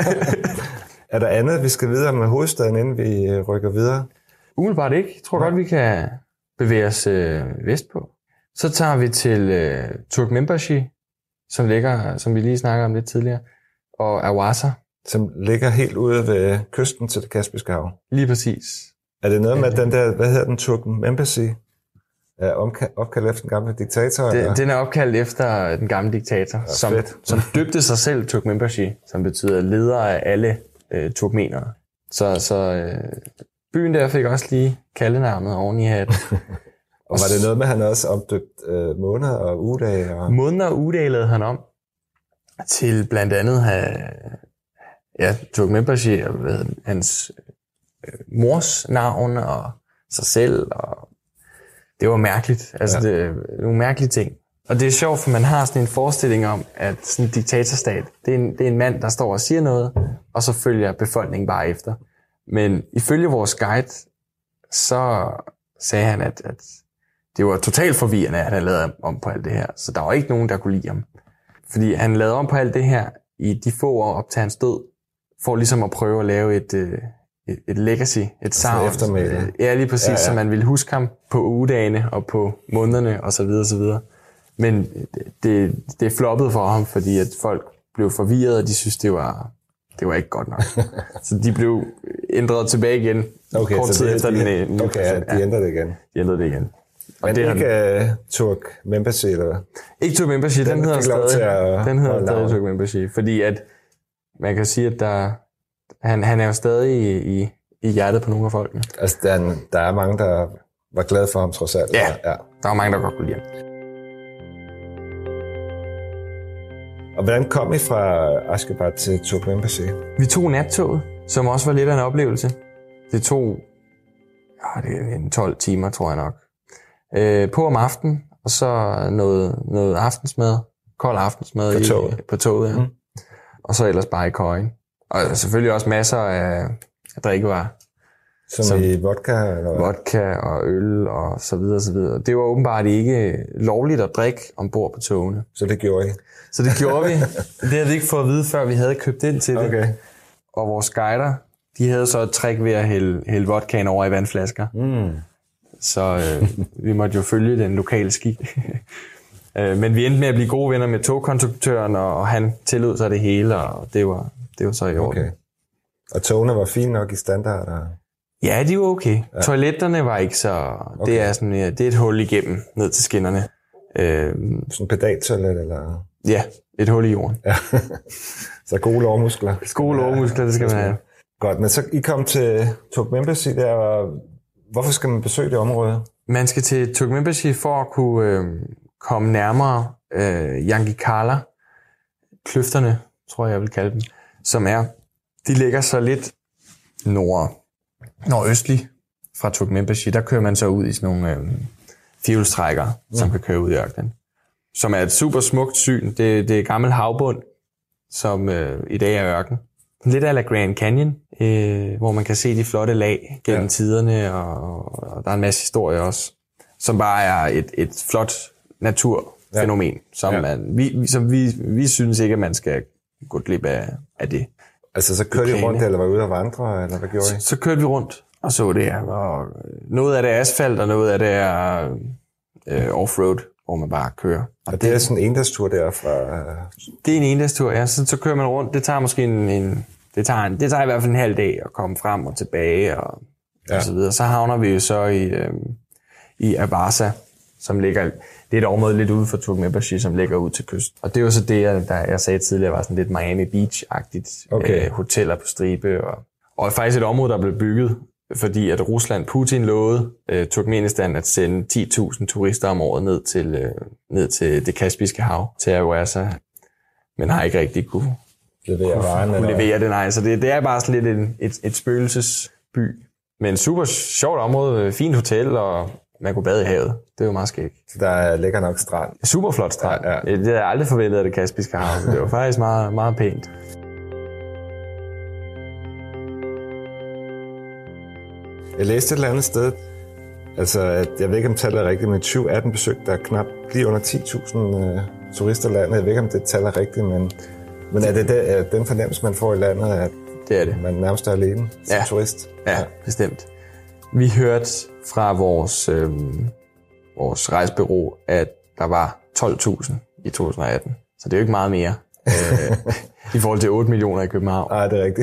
Er der andet, vi skal videre med hovedstaden, inden vi øh, rykker videre? Umiddelbart ikke. Jeg tror ja. godt, vi kan bevæge os øh, vestpå. Så tager vi til øh, Turkmenbashi, som ligger, som vi lige snakkede om lidt tidligere, og Awasa. Som ligger helt ude ved kysten til det Kaspiske Hav. Lige præcis. Er det noget med øh, den der, hvad hedder den, Turkmenbashi, er opkaldt efter den gamle diktator? Det, eller? Den er opkaldt efter den gamle diktator, ja, som, som døbte sig selv Turkmenbashi, som betyder leder af alle øh, turkmenere. Så, så øh, byen der fik også lige kaldenavnet oven i hatten. Og var det noget med, at han også omdøbt øh, måneder og ugedage? Og... Måneder og ugedage lavede han om til blandt andet have, ja, Turkmenbashi og hans øh, mors navn og sig selv. Og det var mærkeligt. Altså, ja. Det er nogle mærkelige ting. Og det er sjovt, for man har sådan en forestilling om, at sådan en diktatorstat, det er en, det er en mand, der står og siger noget, og så følger befolkningen bare efter. Men ifølge vores guide, så sagde han, at, at det var totalt forvirrende, at han lavede om på alt det her. Så der var ikke nogen, der kunne lide ham. Fordi han lavede om på alt det her i de få år op til hans død, for ligesom at prøve at lave et, et, et legacy, et savn. Ja, lige præcis, ja, ja. Så man ville huske ham på ugedagene og på månederne osv. osv. Men det, det floppede for ham, fordi at folk blev forvirret, og de synes, det var, det var ikke godt nok. Så de blev ændret tilbage igen, okay, kort tid de, efter de, den. Okay, ja, de ændrede det igen. De ændrede det igen. Og men det er ikke uh, Turkmenbashi, eller? Ikke Turkmenbashi, den, den hedder stadig, den hedder stadig Turkmenbashi, fordi at man kan sige, at der, han, han er jo stadig i, i, i hjertet på nogle af folkene. Altså, der, der er mange, der var glade for ham trods alt. Ja, ja. Der var mange, der godt kunne lide ham. Og hvordan kom I fra Ashgabat til Turkmenbashi? Vi tog nattoget, som også var lidt af en oplevelse. Det tog ja, det er en tolv timer, tror jeg nok. Øh, på om aftenen, og så noget, noget aftensmad, kold aftensmad på toget, i, på toget ja. mm. Og så ellers bare i køjen. Og selvfølgelig også masser af, af drikkevarer. Som, som i vodka? Eller? Vodka og øl og så videre, så videre. Det var åbenbart ikke lovligt at drikke ombord på togene. Så det gjorde I? Så det gjorde vi. Det havde vi ikke fået at vide, før vi havde købt ind til det. Okay. Og vores guider, de havde så et trick ved at hælde, hælde vodkaen over i vandflasker. Mm. Så øh, vi måtte jo følge den lokale skik. øh, men vi endte med at blive gode venner med togkonduktøren, og han tillod sig det hele, og det var, det var så i orden. Okay. Og togene var fine nok i standard? Og... Ja, de var okay. Ja. Toiletterne var ikke så... Okay. Det er sådan, ja, det er et hul igennem ned til skinnerne. Øh, sådan en pedaltoilet, eller? Ja, et hul i jorden. Ja. Så gode lårmuskler. Gode lårmuskler, det skal man have. Godt, men så I kom til Turkmenbashi der, og hvorfor skal man besøge det område? Man skal til Turkmenbashi for at kunne øh, komme nærmere øh, Yangikala, kløfterne, tror jeg, jeg vil kalde dem, som er, de ligger så lidt nord, nordøstlig fra Turkmenbashi. Der kører man så ud i sådan nogle øh, firehjulstrækkere, mm. som kan køre ud i ørkenen. Som er et super smukt syn. Det, det er gammel havbund, som øh, i dag er ørken. Lidt af la Grand Canyon, øh, hvor man kan se de flotte lag gennem ja. tiderne, og, og der er en masse historie også, som bare er et, et flot naturfænomen, ja. som, ja. man, vi, som vi, vi synes ikke, at man skal gå glip af, af det. Altså så kørte I rundt, eller var ude at vandre, eller hvad gjorde I? Så, så kørte vi rundt og så det her. Og noget af det er asfalt, og noget af det er øh, offroad, hvor man bare kører. Og det, det er sådan en endagstur derfra? Det er en endagstur, ja. Så, så kører man rundt. Det tager måske en, en, det tager en, det tager i hvert fald en halv dag at komme frem og tilbage og, ja. og så videre. Så havner vi jo så i, øh, i Awasa, som ligger, det er et område lidt ude for Turkmenbashi, som ligger ud til kyst. Og det er jo så det, jeg, der, jeg sagde tidligere, var sådan lidt Miami Beach-agtigt. Okay. Øh, hoteller på stribe. Og, og faktisk et område, der blev bygget, fordi at Rusland, Putin lovede øh, Turkmenistan at sende ti tusind turister om året ned til, øh, ned til det Kaspiske hav, til Awasa, men har ikke rigtig kunne levere, kunne, varen, kunne levere det. Nej. Så det, det er bare sådan lidt en, et, et spøgelsesby. Men super sjovt område, fint hotel, og man kunne bade i havet. Det er jo meget skægt. Der ligger nok strand. Super flot strand. Ja, ja. Det havde jeg aldrig forventet af det Kaspiske hav, så det var faktisk meget, meget pænt. Jeg læste et eller andet sted, altså at, jeg ved ikke om tallet er rigtigt, men tyve atten besøgte der knap lige under ti tusind uh, turister i landet. Jeg ved ikke om det tal er rigtigt, men, men er det der, er den fornemmelse, man får i landet, at det er det. Man nærmest er alene som ja. turist? Ja, ja, bestemt. Vi hørte fra vores, øh, vores rejsebureau, at der var tolv tusind i to tusind atten. Så det er jo ikke meget mere øh, i forhold til otte millioner i København. Nej, det er rigtigt.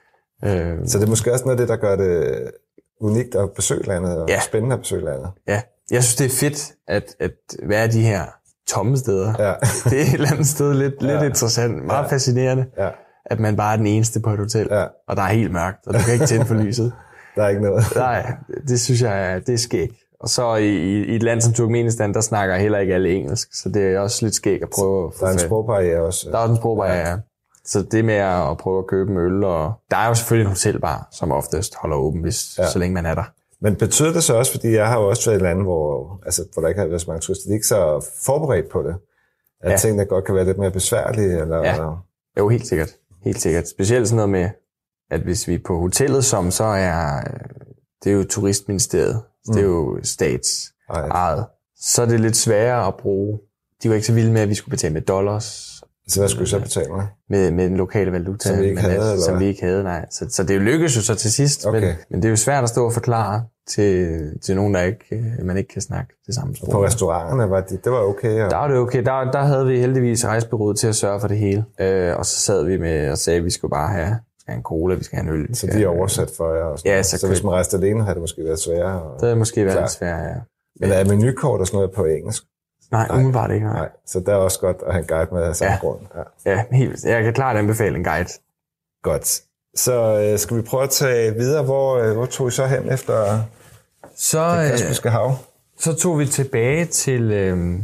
Øh, Så det er måske også noget af det, der gør det unikt at besøge landet, og ja. spændende at besøge landet. Ja, jeg synes, det er fedt at, at være de her tomme steder. Ja. Det er et eller andet sted lidt, ja. lidt interessant, meget ja. fascinerende, ja. at man bare er den eneste på et hotel, ja. og der er helt mørkt, og du kan ikke tænde for lyset. Der er ikke noget. Nej, det synes jeg, det er skægt. Og så i, i et land som Turkmenistan, der snakker heller ikke alle engelsk, så det er også lidt skægt at prøve at få Der er en sprogbarriere også. Der er en sprogbarriere, ja. Så det med at prøve at købe en øl, og der er jo selvfølgelig en hotelbar, som oftest holder åben, hvis, ja. så længe man er der. Men betyder det så også, fordi jeg har jo også været i lande, hvor, altså, hvor der ikke har været så mange turister, de er ikke så forberedt på det, at ja. tingene godt kan være lidt mere besværlige? Eller, ja, eller... jo helt sikkert. Helt sikkert. Specielt sådan noget med, at hvis vi er på hotellet, som så er, det er jo turistministeriet, mm. det er jo statsejet, så er det lidt sværere at bruge. De var ikke så vilde med, at vi skulle betale med dollars. Så hvad skulle vi så betale med? Med, med den lokale valuta. Som vi ikke havde, eller? Som vi ikke havde, nej. Så, så det lykkedes jo så til sidst, okay. men, men det er jo svært at stå og forklare til, til nogen, der ikke, man ikke kan snakke det samme sprog. Og på restauranterne, var det, det var okay? Og... Der var det okay. Der, der havde vi heldigvis rejsebureauet til at sørge for det hele. Øh, og så sad vi med og sagde, at vi skulle bare have, have en cola, vi skal have en øl. Så de er oversat for jer? Og sådan. Ja, så, så hvis man rejste alene, havde det måske været sværere? Og... Det havde måske været sværere, ja. Men er menukort og sådan noget på engelsk? Nej, nej, umiddelbart ikke. Nej. nej. Så der er også godt at have en guide med af samme ja. grund. Ja, ja helt, jeg kan klart anbefale en guide. Godt. Så øh, skal vi prøve at tage videre. Hvor, øh, hvor tog I så hen efter så, det Kaspiske hav? Øh, så tog vi tilbage til, øh,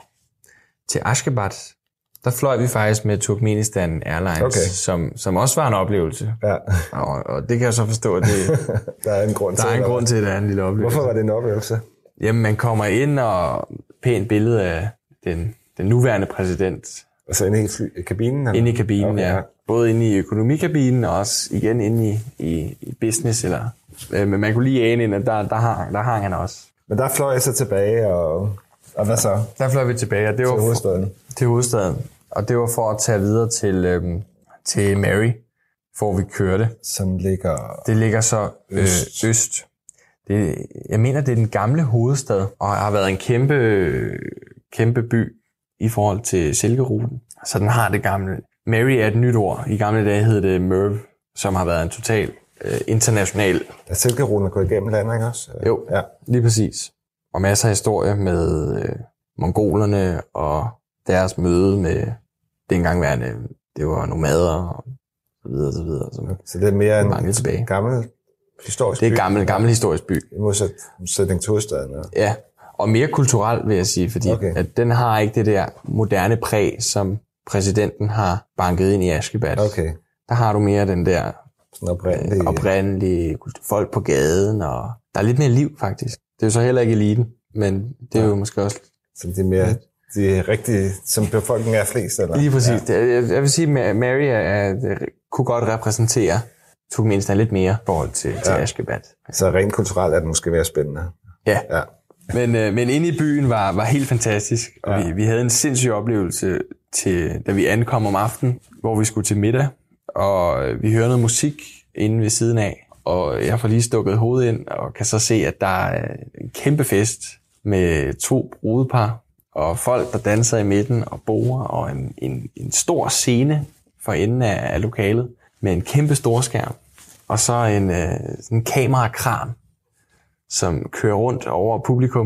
til Ashgabat. Der fløj vi faktisk med Turkmenistan Airlines, okay. som, som også var en oplevelse. Ja. Og, og det kan jeg så forstå, at det, der er en grund der til, er en grund til, at det er en lille oplevelse. Hvorfor var det en oplevelse? Jamen, man kommer ind og pænt billede af den, den nuværende præsident. Altså inde i fly, kabinen? Eller? Inde i kabinen, okay, ja. Både inde i økonomikabinen og også igen inde i, i, i business. Eller, øh, men man kunne lige ane ind, at der, der, hang, der hang han også. Men der fløj jeg så tilbage, og, og hvad så? Der fløj vi tilbage, og det til var hovedstaden. For, til hovedstaden. Og det var for at tage videre til, øhm, til Mary, hvor vi kørte. Som ligger... Det ligger så øst. Øh, øst. Det, jeg mener, det er den gamle hovedstad, og har været en kæmpe, kæmpe by i forhold til Silkeruten. Så den har det gamle. Mary er et nyt ord. I gamle dage hed det Merv, som har været en total øh, international... Er Silkeruten gået igennem landet, ikke også? Jo, ja. Lige præcis. Og masser af historie med øh, mongolerne og deres møde med dengang værende, det var nomader og så videre, så videre. Så, så det er mere en gammel historisk by? Det er gammel, gammel historisk by. I modsætning til hovedstaden? Ja. ja, og mere kulturelt vil jeg sige, fordi okay. at den har ikke det der moderne præg, som præsidenten har banket ind i Ashgabat. Okay. Der har du mere den der sådan oprindelige, øh, oprindelige folk på gaden, og der er lidt mere liv faktisk. Det er jo så heller ikke eliten, men det er ja. jo måske også... Så det er mere... De er rigtige, som befolkningen er flest, eller? Lige præcis. Ja. Jeg, jeg vil sige, at Mary er, er, kunne godt repræsentere Turkmenistan lidt mere i forhold til, ja. til Ashgabat. Så rent kulturelt er det måske mere spændende. Ja, ja. Men, øh, men inde i byen var, var helt fantastisk, og ja. vi, vi havde en sindssyg oplevelse, til, da vi ankom om aftenen, hvor vi skulle til middag, og vi hørte noget musik inde ved siden af, og jeg får lige stukket hovedet ind, og kan så se, at der er en kæmpe fest med to brudepar, og folk, der danser i midten og borer, og en, en, en stor scene for enden af, af lokalet, med en kæmpe storskærm, og så en, øh, en kamerakran, som kører rundt over publikum,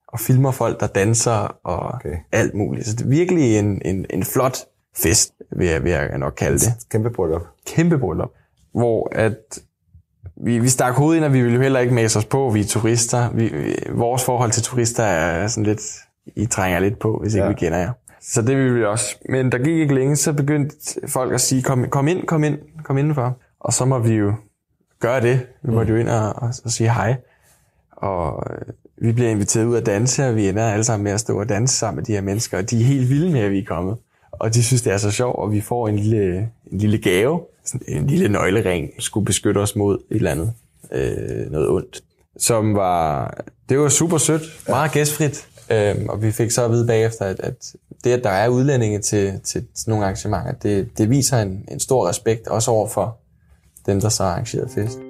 og filmer folk, der danser og okay. alt muligt. Så det er virkelig en, en, en flot fest, vil jeg, vil jeg nok kalde det. Kæmpe bryllup. Kæmpe bryllup. Hvor at vi, vi stak hovedet ind, og vi ville jo heller ikke mase os på, vi er turister. Vi, vi, vores forhold til turister er sådan lidt, I trænger lidt på, hvis ikke ja. vi kender jer. Så det ville vi også. Men der gik ikke længe, så begyndte folk at sige, kom, kom ind, kom ind, kom indenfor. Og så må vi jo gøre det. Vi måtte jo ind og, og, og sige hej. Og vi bliver inviteret ud at danse, og vi ender alle sammen med at stå og danse sammen med de her mennesker. Og de er helt vilde med, at vi er kommet. Og de synes, det er så sjovt, og vi får en lille, en lille gave. Sådan en lille nøglering, skulle beskytte os mod et eller andet. Øh, noget ondt. Som var, det var super sødt, meget gæstfrit. Øhm, og vi fik så at vide bagefter, at, at det, at der er udlændinge til, til nogle arrangementer, det, det viser en, en stor respekt, også over for dem, der så har arrangeret fest.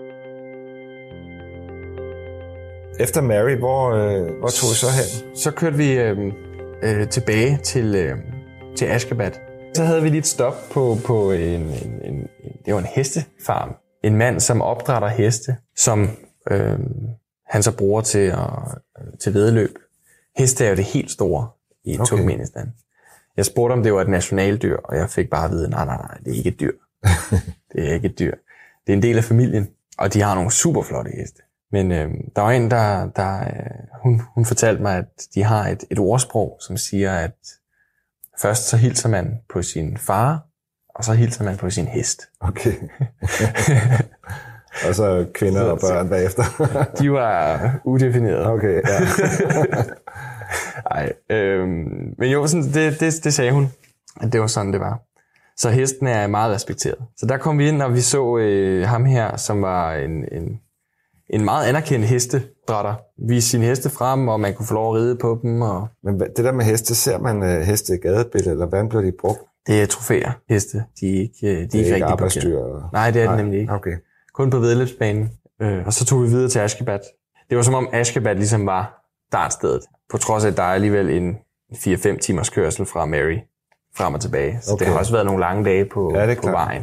Efter Mary, hvor, øh, hvor tog I så hen? Så kørte vi øh, øh, tilbage til, øh, til Ashgabat. Så havde vi lige et stop på, på en, en, en, det var en hestefarm. En mand, som opdrætter heste, som øh, han så bruger til, at, til væddeløb. Heste er jo det helt store i okay. Turkmenistan. Jeg spurgte, om det var et nationaldyr, og jeg fik bare at vide, nej, nej, nej, det er ikke et dyr. Det er ikke et dyr. Det er en del af familien, og de har nogle super flotte heste. Men øh, der var en, der, der øh, hun, hun fortalte mig, at de har et, et ordsprog, som siger, at først så hilser man på sin far, og så hilser man på sin hest. Okay. Og så kvinder og børn bagefter. De var udefinerede. Okay, ja. Ej, øhm, men jo, sådan, det, det, det sagde hun, at det var sådan, det var. Så hesten er meget respekteret. Så der kom vi ind, og vi så øh, ham her, som var en, en, en meget anerkendt hestedrætter. Viste sine heste frem, og man kunne få lov at ride på dem. Og men det der med heste, ser man uh, heste i gadebilledet, eller hvordan bliver de brugt? Det er trofæer, heste. De er ikke, de er det er ikke, ikke rigtig parkeret. Nej, det er det nemlig ikke. Okay. Kun på væddeløbsbanen. Øh, og så tog vi videre til Ashgabat. Det var som om Ashgabat ligesom var startstedet. På trods af, at der er alligevel en fire fem timers kørsel fra Mary frem og tilbage. Så okay. Det har også været nogle lange dage på, ja, på vejen.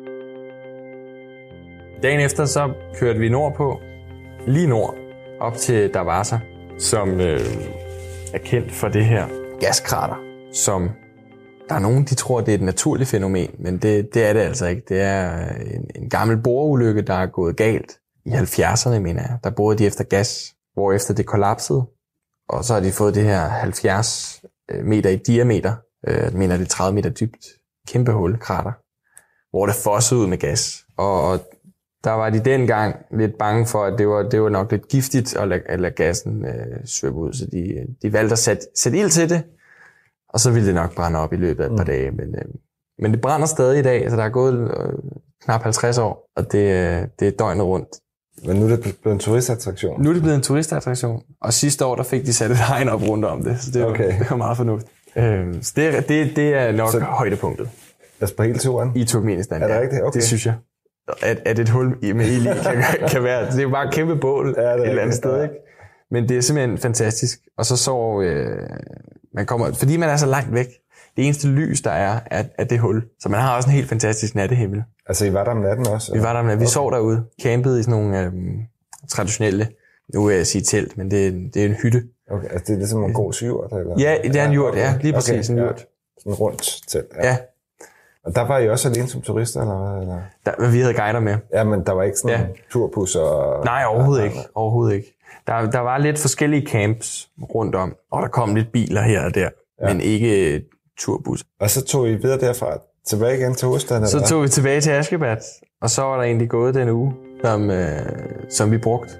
Dagen efter så kørte vi nordpå, lige nord, op til Darvaza, som øh, er kendt for det her gaskrater, som der er nogen, de tror, det er et naturligt fænomen, men det, det er det altså ikke. Det er en, en gammel boreulykke, der er gået galt i halvfjerdserne, mener jeg. Der borede de efter gas, hvorefter det kollapsede, og så har de fået det her halvfjerds meter i diameter, jeg mener det er tredive meter dybt, kæmpe hul, krater, hvor det fossede ud med gas. Og, og der var de dengang lidt bange for, at det var, det var nok lidt giftigt at lade, at lade gassen øh, svøbe ud, så de, de valgte at sætte, sætte ild til det, og så ville det nok brænde op i løbet af et par mm. dage. Men, øh, men det brænder stadig i dag, så der er gået øh, knap halvtreds år, og det, øh, det er døgnet rundt. Men nu er det blevet en turistattraktion? Nu er det blevet en turistattraktion, og sidste år der fik de sat et hegn op rundt om det, så det var, okay. det var meget fornuftigt. Øh, så det, det, det er nok så, højdepunktet. Altså på hele turen? I Turkmenistan, er det ja. rigtigt? Okay. Det synes jeg. At, at et hul med ild i kan, kan være, det er jo bare et kæmpe bål ja, et eller andet sted, ikke? Men det er simpelthen fantastisk. Og så så, øh, man kommer, fordi man er så langt væk, det eneste lys, der er, er, er det hul. Så man har også en helt fantastisk nattehimmel. Altså, I var der om natten også? Eller? Vi var der om natten. Vi okay. sov derude, campede i sådan nogle øh, traditionelle, nu vil jeg sige telt, men det, det er en hytte. Okay, altså det er ligesom en god syvert? Eller? Ja, det er en jurt, ja, lige præcis okay, en jurt. Ja. Sådan en rundt telt, ja. ja. Og der var I også alene som turister, eller hvad? Eller? Der, vi havde guider med. Ja, men der var ikke sådan ja. en turbus og... Nej, overhovedet ikke. Overhovedet ikke. Der, der var lidt forskellige camps rundt om, og der kom lidt biler her og der, ja. men ikke turbus. Og så tog I videre derfra tilbage igen til hovedstaden? Så tog vi tilbage til Ashgabat, og så var der egentlig gået den uge, som, øh, som vi brugte.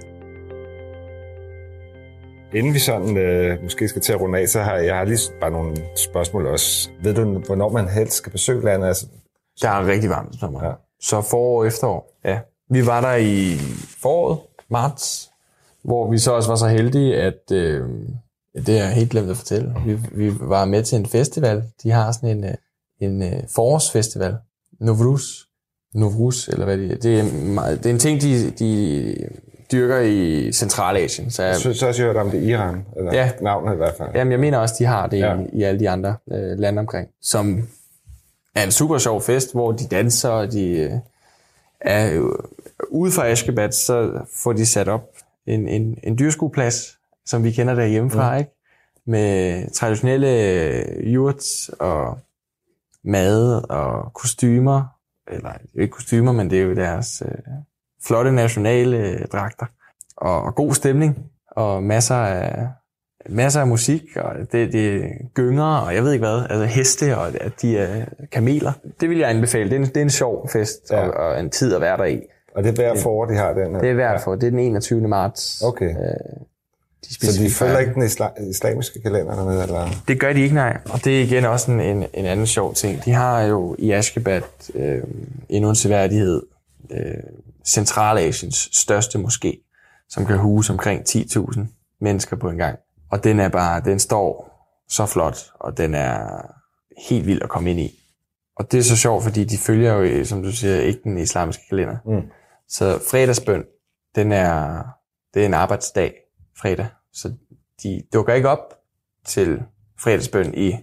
Inden vi sådan øh, måske skal til at runde af, så har jeg har lige bare nogle spørgsmål også. Ved du, hvornår man helst skal besøge landet? Altså... Der er rigtig varmt sommer. Ja. Så forår og efterår, ja. Vi var der i foråret, marts, hvor vi så også var så heldige, at øh, det er helt glemt at fortælle. Vi, vi var med til en festival. De har sådan en, en forårsfestival. Novruz. Novruz, eller hvad det er. Det er, meget, det er en ting, de, de dyrker i Centralasien. Så jeg synes også, jeg hørte om det i Iran. Eller ja. Navnet i hvert fald. Jamen, jeg mener også, de har det ja. i, i alle de andre øh, lande omkring. Som er en super sjov fest, hvor de danser, og de øh, er ude fra Ashgabat, så får de sat op en, en, en dyrskueplads som vi kender derhjemmefra, mm. ikke? Med traditionelle yurts og mad og kostymer. Eller ikke kostymer, men det er jo deres øh, flotte nationale øh, dragter. Og, og god stemning, og masser af, masser af musik, og det, det gynger, og jeg ved ikke hvad, altså heste, og at de er kameler. Det vil jeg anbefale. Det er en, det er en sjov fest, ja. og, og en tid at være der i. Og det er hver for, de har den? Det er hver for. Det er den enogtyvende marts. Okay. Øh, de så de følger ikke den isla- islamiske kalender dernede? Eller? Det gør de ikke, nej. Og det er igen også en, en, en anden sjov ting. De har jo i Ashgabat øh, endnu en seværdighed. Øh, Centralasiens største moské, som kan huse omkring ti tusind mennesker på en gang. Og den er bare, den står så flot, og den er helt vild at komme ind i. Og det er så sjovt, fordi de følger jo, som du siger, ikke den islamiske kalender. Mm. Så fredagsbøn, den er, det er en arbejdsdag, fredag. Så de dukker ikke op til fredagsbøn i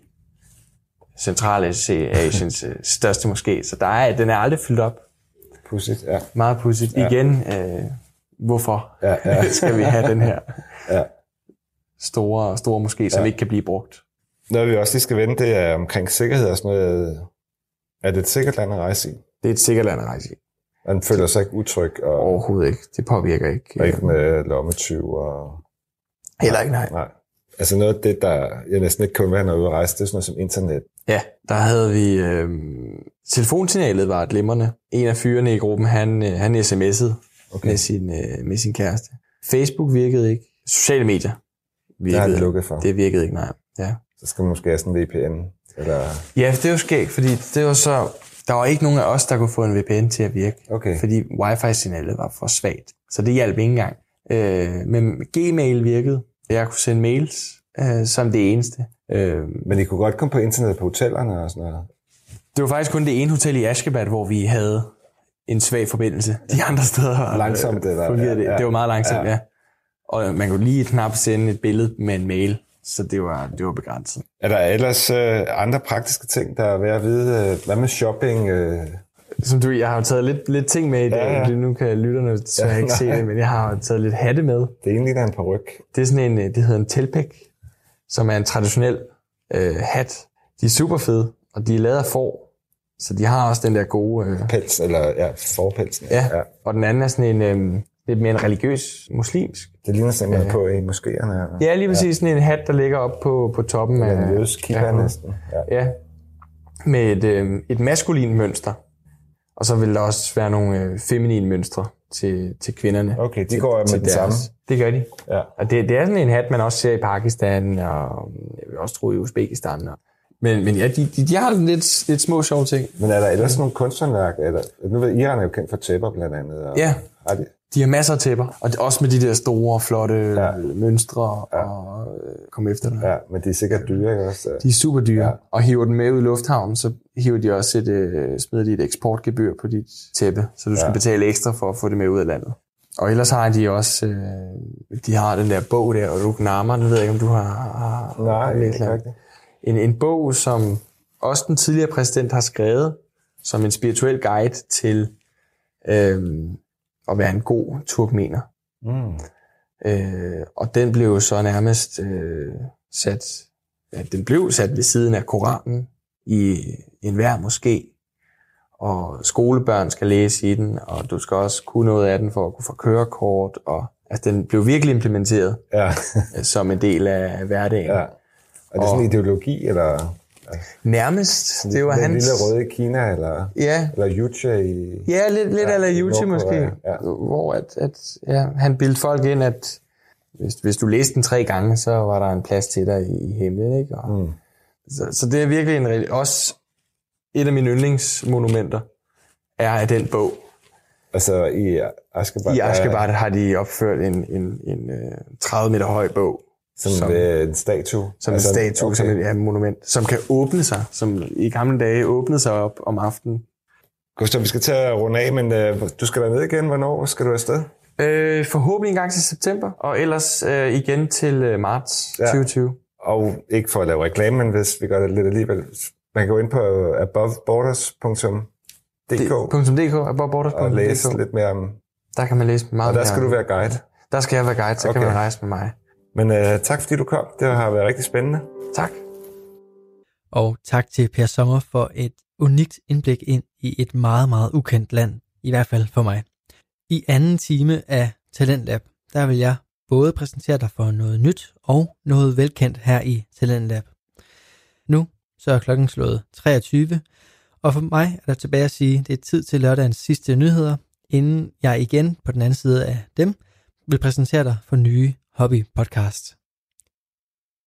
Centralasiens største moské. Så der er, den er aldrig fyldt op. Pudsigt, ja. Meget pudsigt. Ja. Igen, øh, hvorfor ja, ja. skal vi have den her ja. store, store moské, som ja. ikke kan blive brugt? Noget vi også lige skal vende, det er omkring sikkerhed og sådan noget. Er det et sikkert land at rejse i? Det er et sikkert land at rejse i. Man føler sig ikke utryg? Og overhovedet ikke. Det påvirker ikke. Og ikke med lommetyv og... Heller ikke, nej. nej. Altså noget af det, der jeg næsten ikke kunne være, når jeg ude at rejse, det er sådan noget som internet. Ja, der havde vi... Øh, telefonsignalet var glimrende. En af fyrene i gruppen, han, han sms'ede okay. med, sin, øh, med sin kæreste. Facebook virkede ikke. Sociale medier virkede. Det har det lukket for. Det virkede ikke, nej. Ja. Så skal man måske have sådan en V P N, eller... Ja, det var skægt, fordi det var så... Der var ikke nogen af os, der kunne få en V P N til at virke. Okay. Fordi wifi-signalet var for svagt. Så det hjalp ikke engang. Øh, men Gmail virkede. Jeg kunne sende mails øh, som det eneste. Øh, men I kunne godt komme på internet på hotellerne og sådan noget? Det var faktisk kun det ene hotel i Ashgabat, hvor vi havde en svag forbindelse. De andre steder var langsomt, det var. Ja, det. Ja. det var meget langsomt, ja. ja. Og man kunne lige knap sende et billede med en mail, så det var, det var begrænset. Er der ellers øh, andre praktiske ting, der er værd at vide? Hvad med shopping? Øh? Som du, jeg har jo taget lidt, lidt ting med i dag. Ja, ja. Nu kan lytterne så ja, ikke se det, men jeg har taget lidt hatte med. Det er egentlig der en paryk. Det er sådan en, det hedder en telpæk, som er en traditionel øh, hat. De er super fede, og de er lavet af får. Så de har også den der gode... Øh... Pels, eller ja, forpelsen. Ja. ja, og den anden er sådan en øh, lidt mere en religiøs muslimsk. Det ligner sådan, man ja. på i moskéerne. Ja, lige præcis ja. sådan en hat, der ligger op på, på toppen af... En jødisk kippa ja, næsten. Ja. ja, med et, øh, et maskulin mønster. Og så vil der også være nogle øh, feminine mønstre til, til kvinderne. Okay, de til, går med den deres. samme. Det gør de. Ja. Og det, det er sådan en hat, man også ser i Pakistan, og jeg vil også tro i Uzbekistan. Og, men, men ja, de, de, de har lidt, lidt små sjove ting. Men er der ellers nogle kunsthåndværk? Eller, nu ved Iran er jo kendt for tæpper blandt andet. Og, ja, har de? de har masser af tæpper. Og også med de der store, flotte ja. mønstre ja. og øh, komme efter det. Ja, men de er sikkert dyre, ikke også? De er super dyre. Ja. Og hiver den med ud i lufthavnen, så hiver de også et, øh, smider de et eksportgebyr på dit tæppe, så du skal ja. betale ekstra for at få det med ud af landet. Og ellers har de også, øh, de har den der bog der, og Ruknama, det ved jeg ikke, om du har, har Nej, læst ikke en, en bog, som også den tidligere præsident har skrevet, som en spirituel guide til øh, at være en god turkmener. Mm. Øh, og den blev så nærmest øh, sat, ja, den blev sat ved siden af Koranen i enhver moské. Og skolebørn skal læse i den, og du skal også kunne noget af den for at kunne få kørekort. Og, altså, den blev virkelig implementeret ja. som en del af hverdagen. Ja. Og det er sådan en ideologi, eller? Nærmest. Det var den hans... lille røde i Kina, eller? Ja. Eller Juche i... Ja, lidt, lidt ja, eller Juche måske. Ja. Hvor at, at, ja, han bildte folk ind, at hvis, hvis du læste den tre gange, så var der en plads til dig i, i himlen, ikke? Og, mm. så, så det er virkelig en... Også et af mine yndlingsmonumenter er af den bog. Altså i Ashgabat? I Ashgabat har de opført en, en, en tredive meter høj bog. Som, som en statue? Som altså, en statue, okay. Som et ja, monument, som kan åbne sig, som i gamle dage åbnede sig op om aftenen. Gustav, vi skal til at runde af, men øh, du skal derned igen. Hvornår skal du afsted? Øh, forhåbentlig en gang til september, og ellers øh, igen til øh, marts ja. tyve tyve. Og ikke for at lave reklame, men hvis vi gør det lidt alligevel. Man kan gå ind på above borders punktum d k above borders punktum d k og læse lidt mere om... Der kan man læse meget Og der skal mere. Du være guide? Der skal jeg være guide, så okay. kan man rejse med mig. Men øh, tak fordi du kom. Det har været rigtig spændende. Tak. Og tak til Per Sommer for et unikt indblik ind i et meget, meget ukendt land, i hvert fald for mig. I anden time af Talentlab, der vil jeg både præsentere dig for noget nyt og noget velkendt her i Talentlab. Nu så er klokken slået treogtyve, og for mig er der tilbage at sige, at det er tid til lørdagens sidste nyheder, inden jeg igen på den anden side af dem vil præsentere dig for nye hobbypodcasts.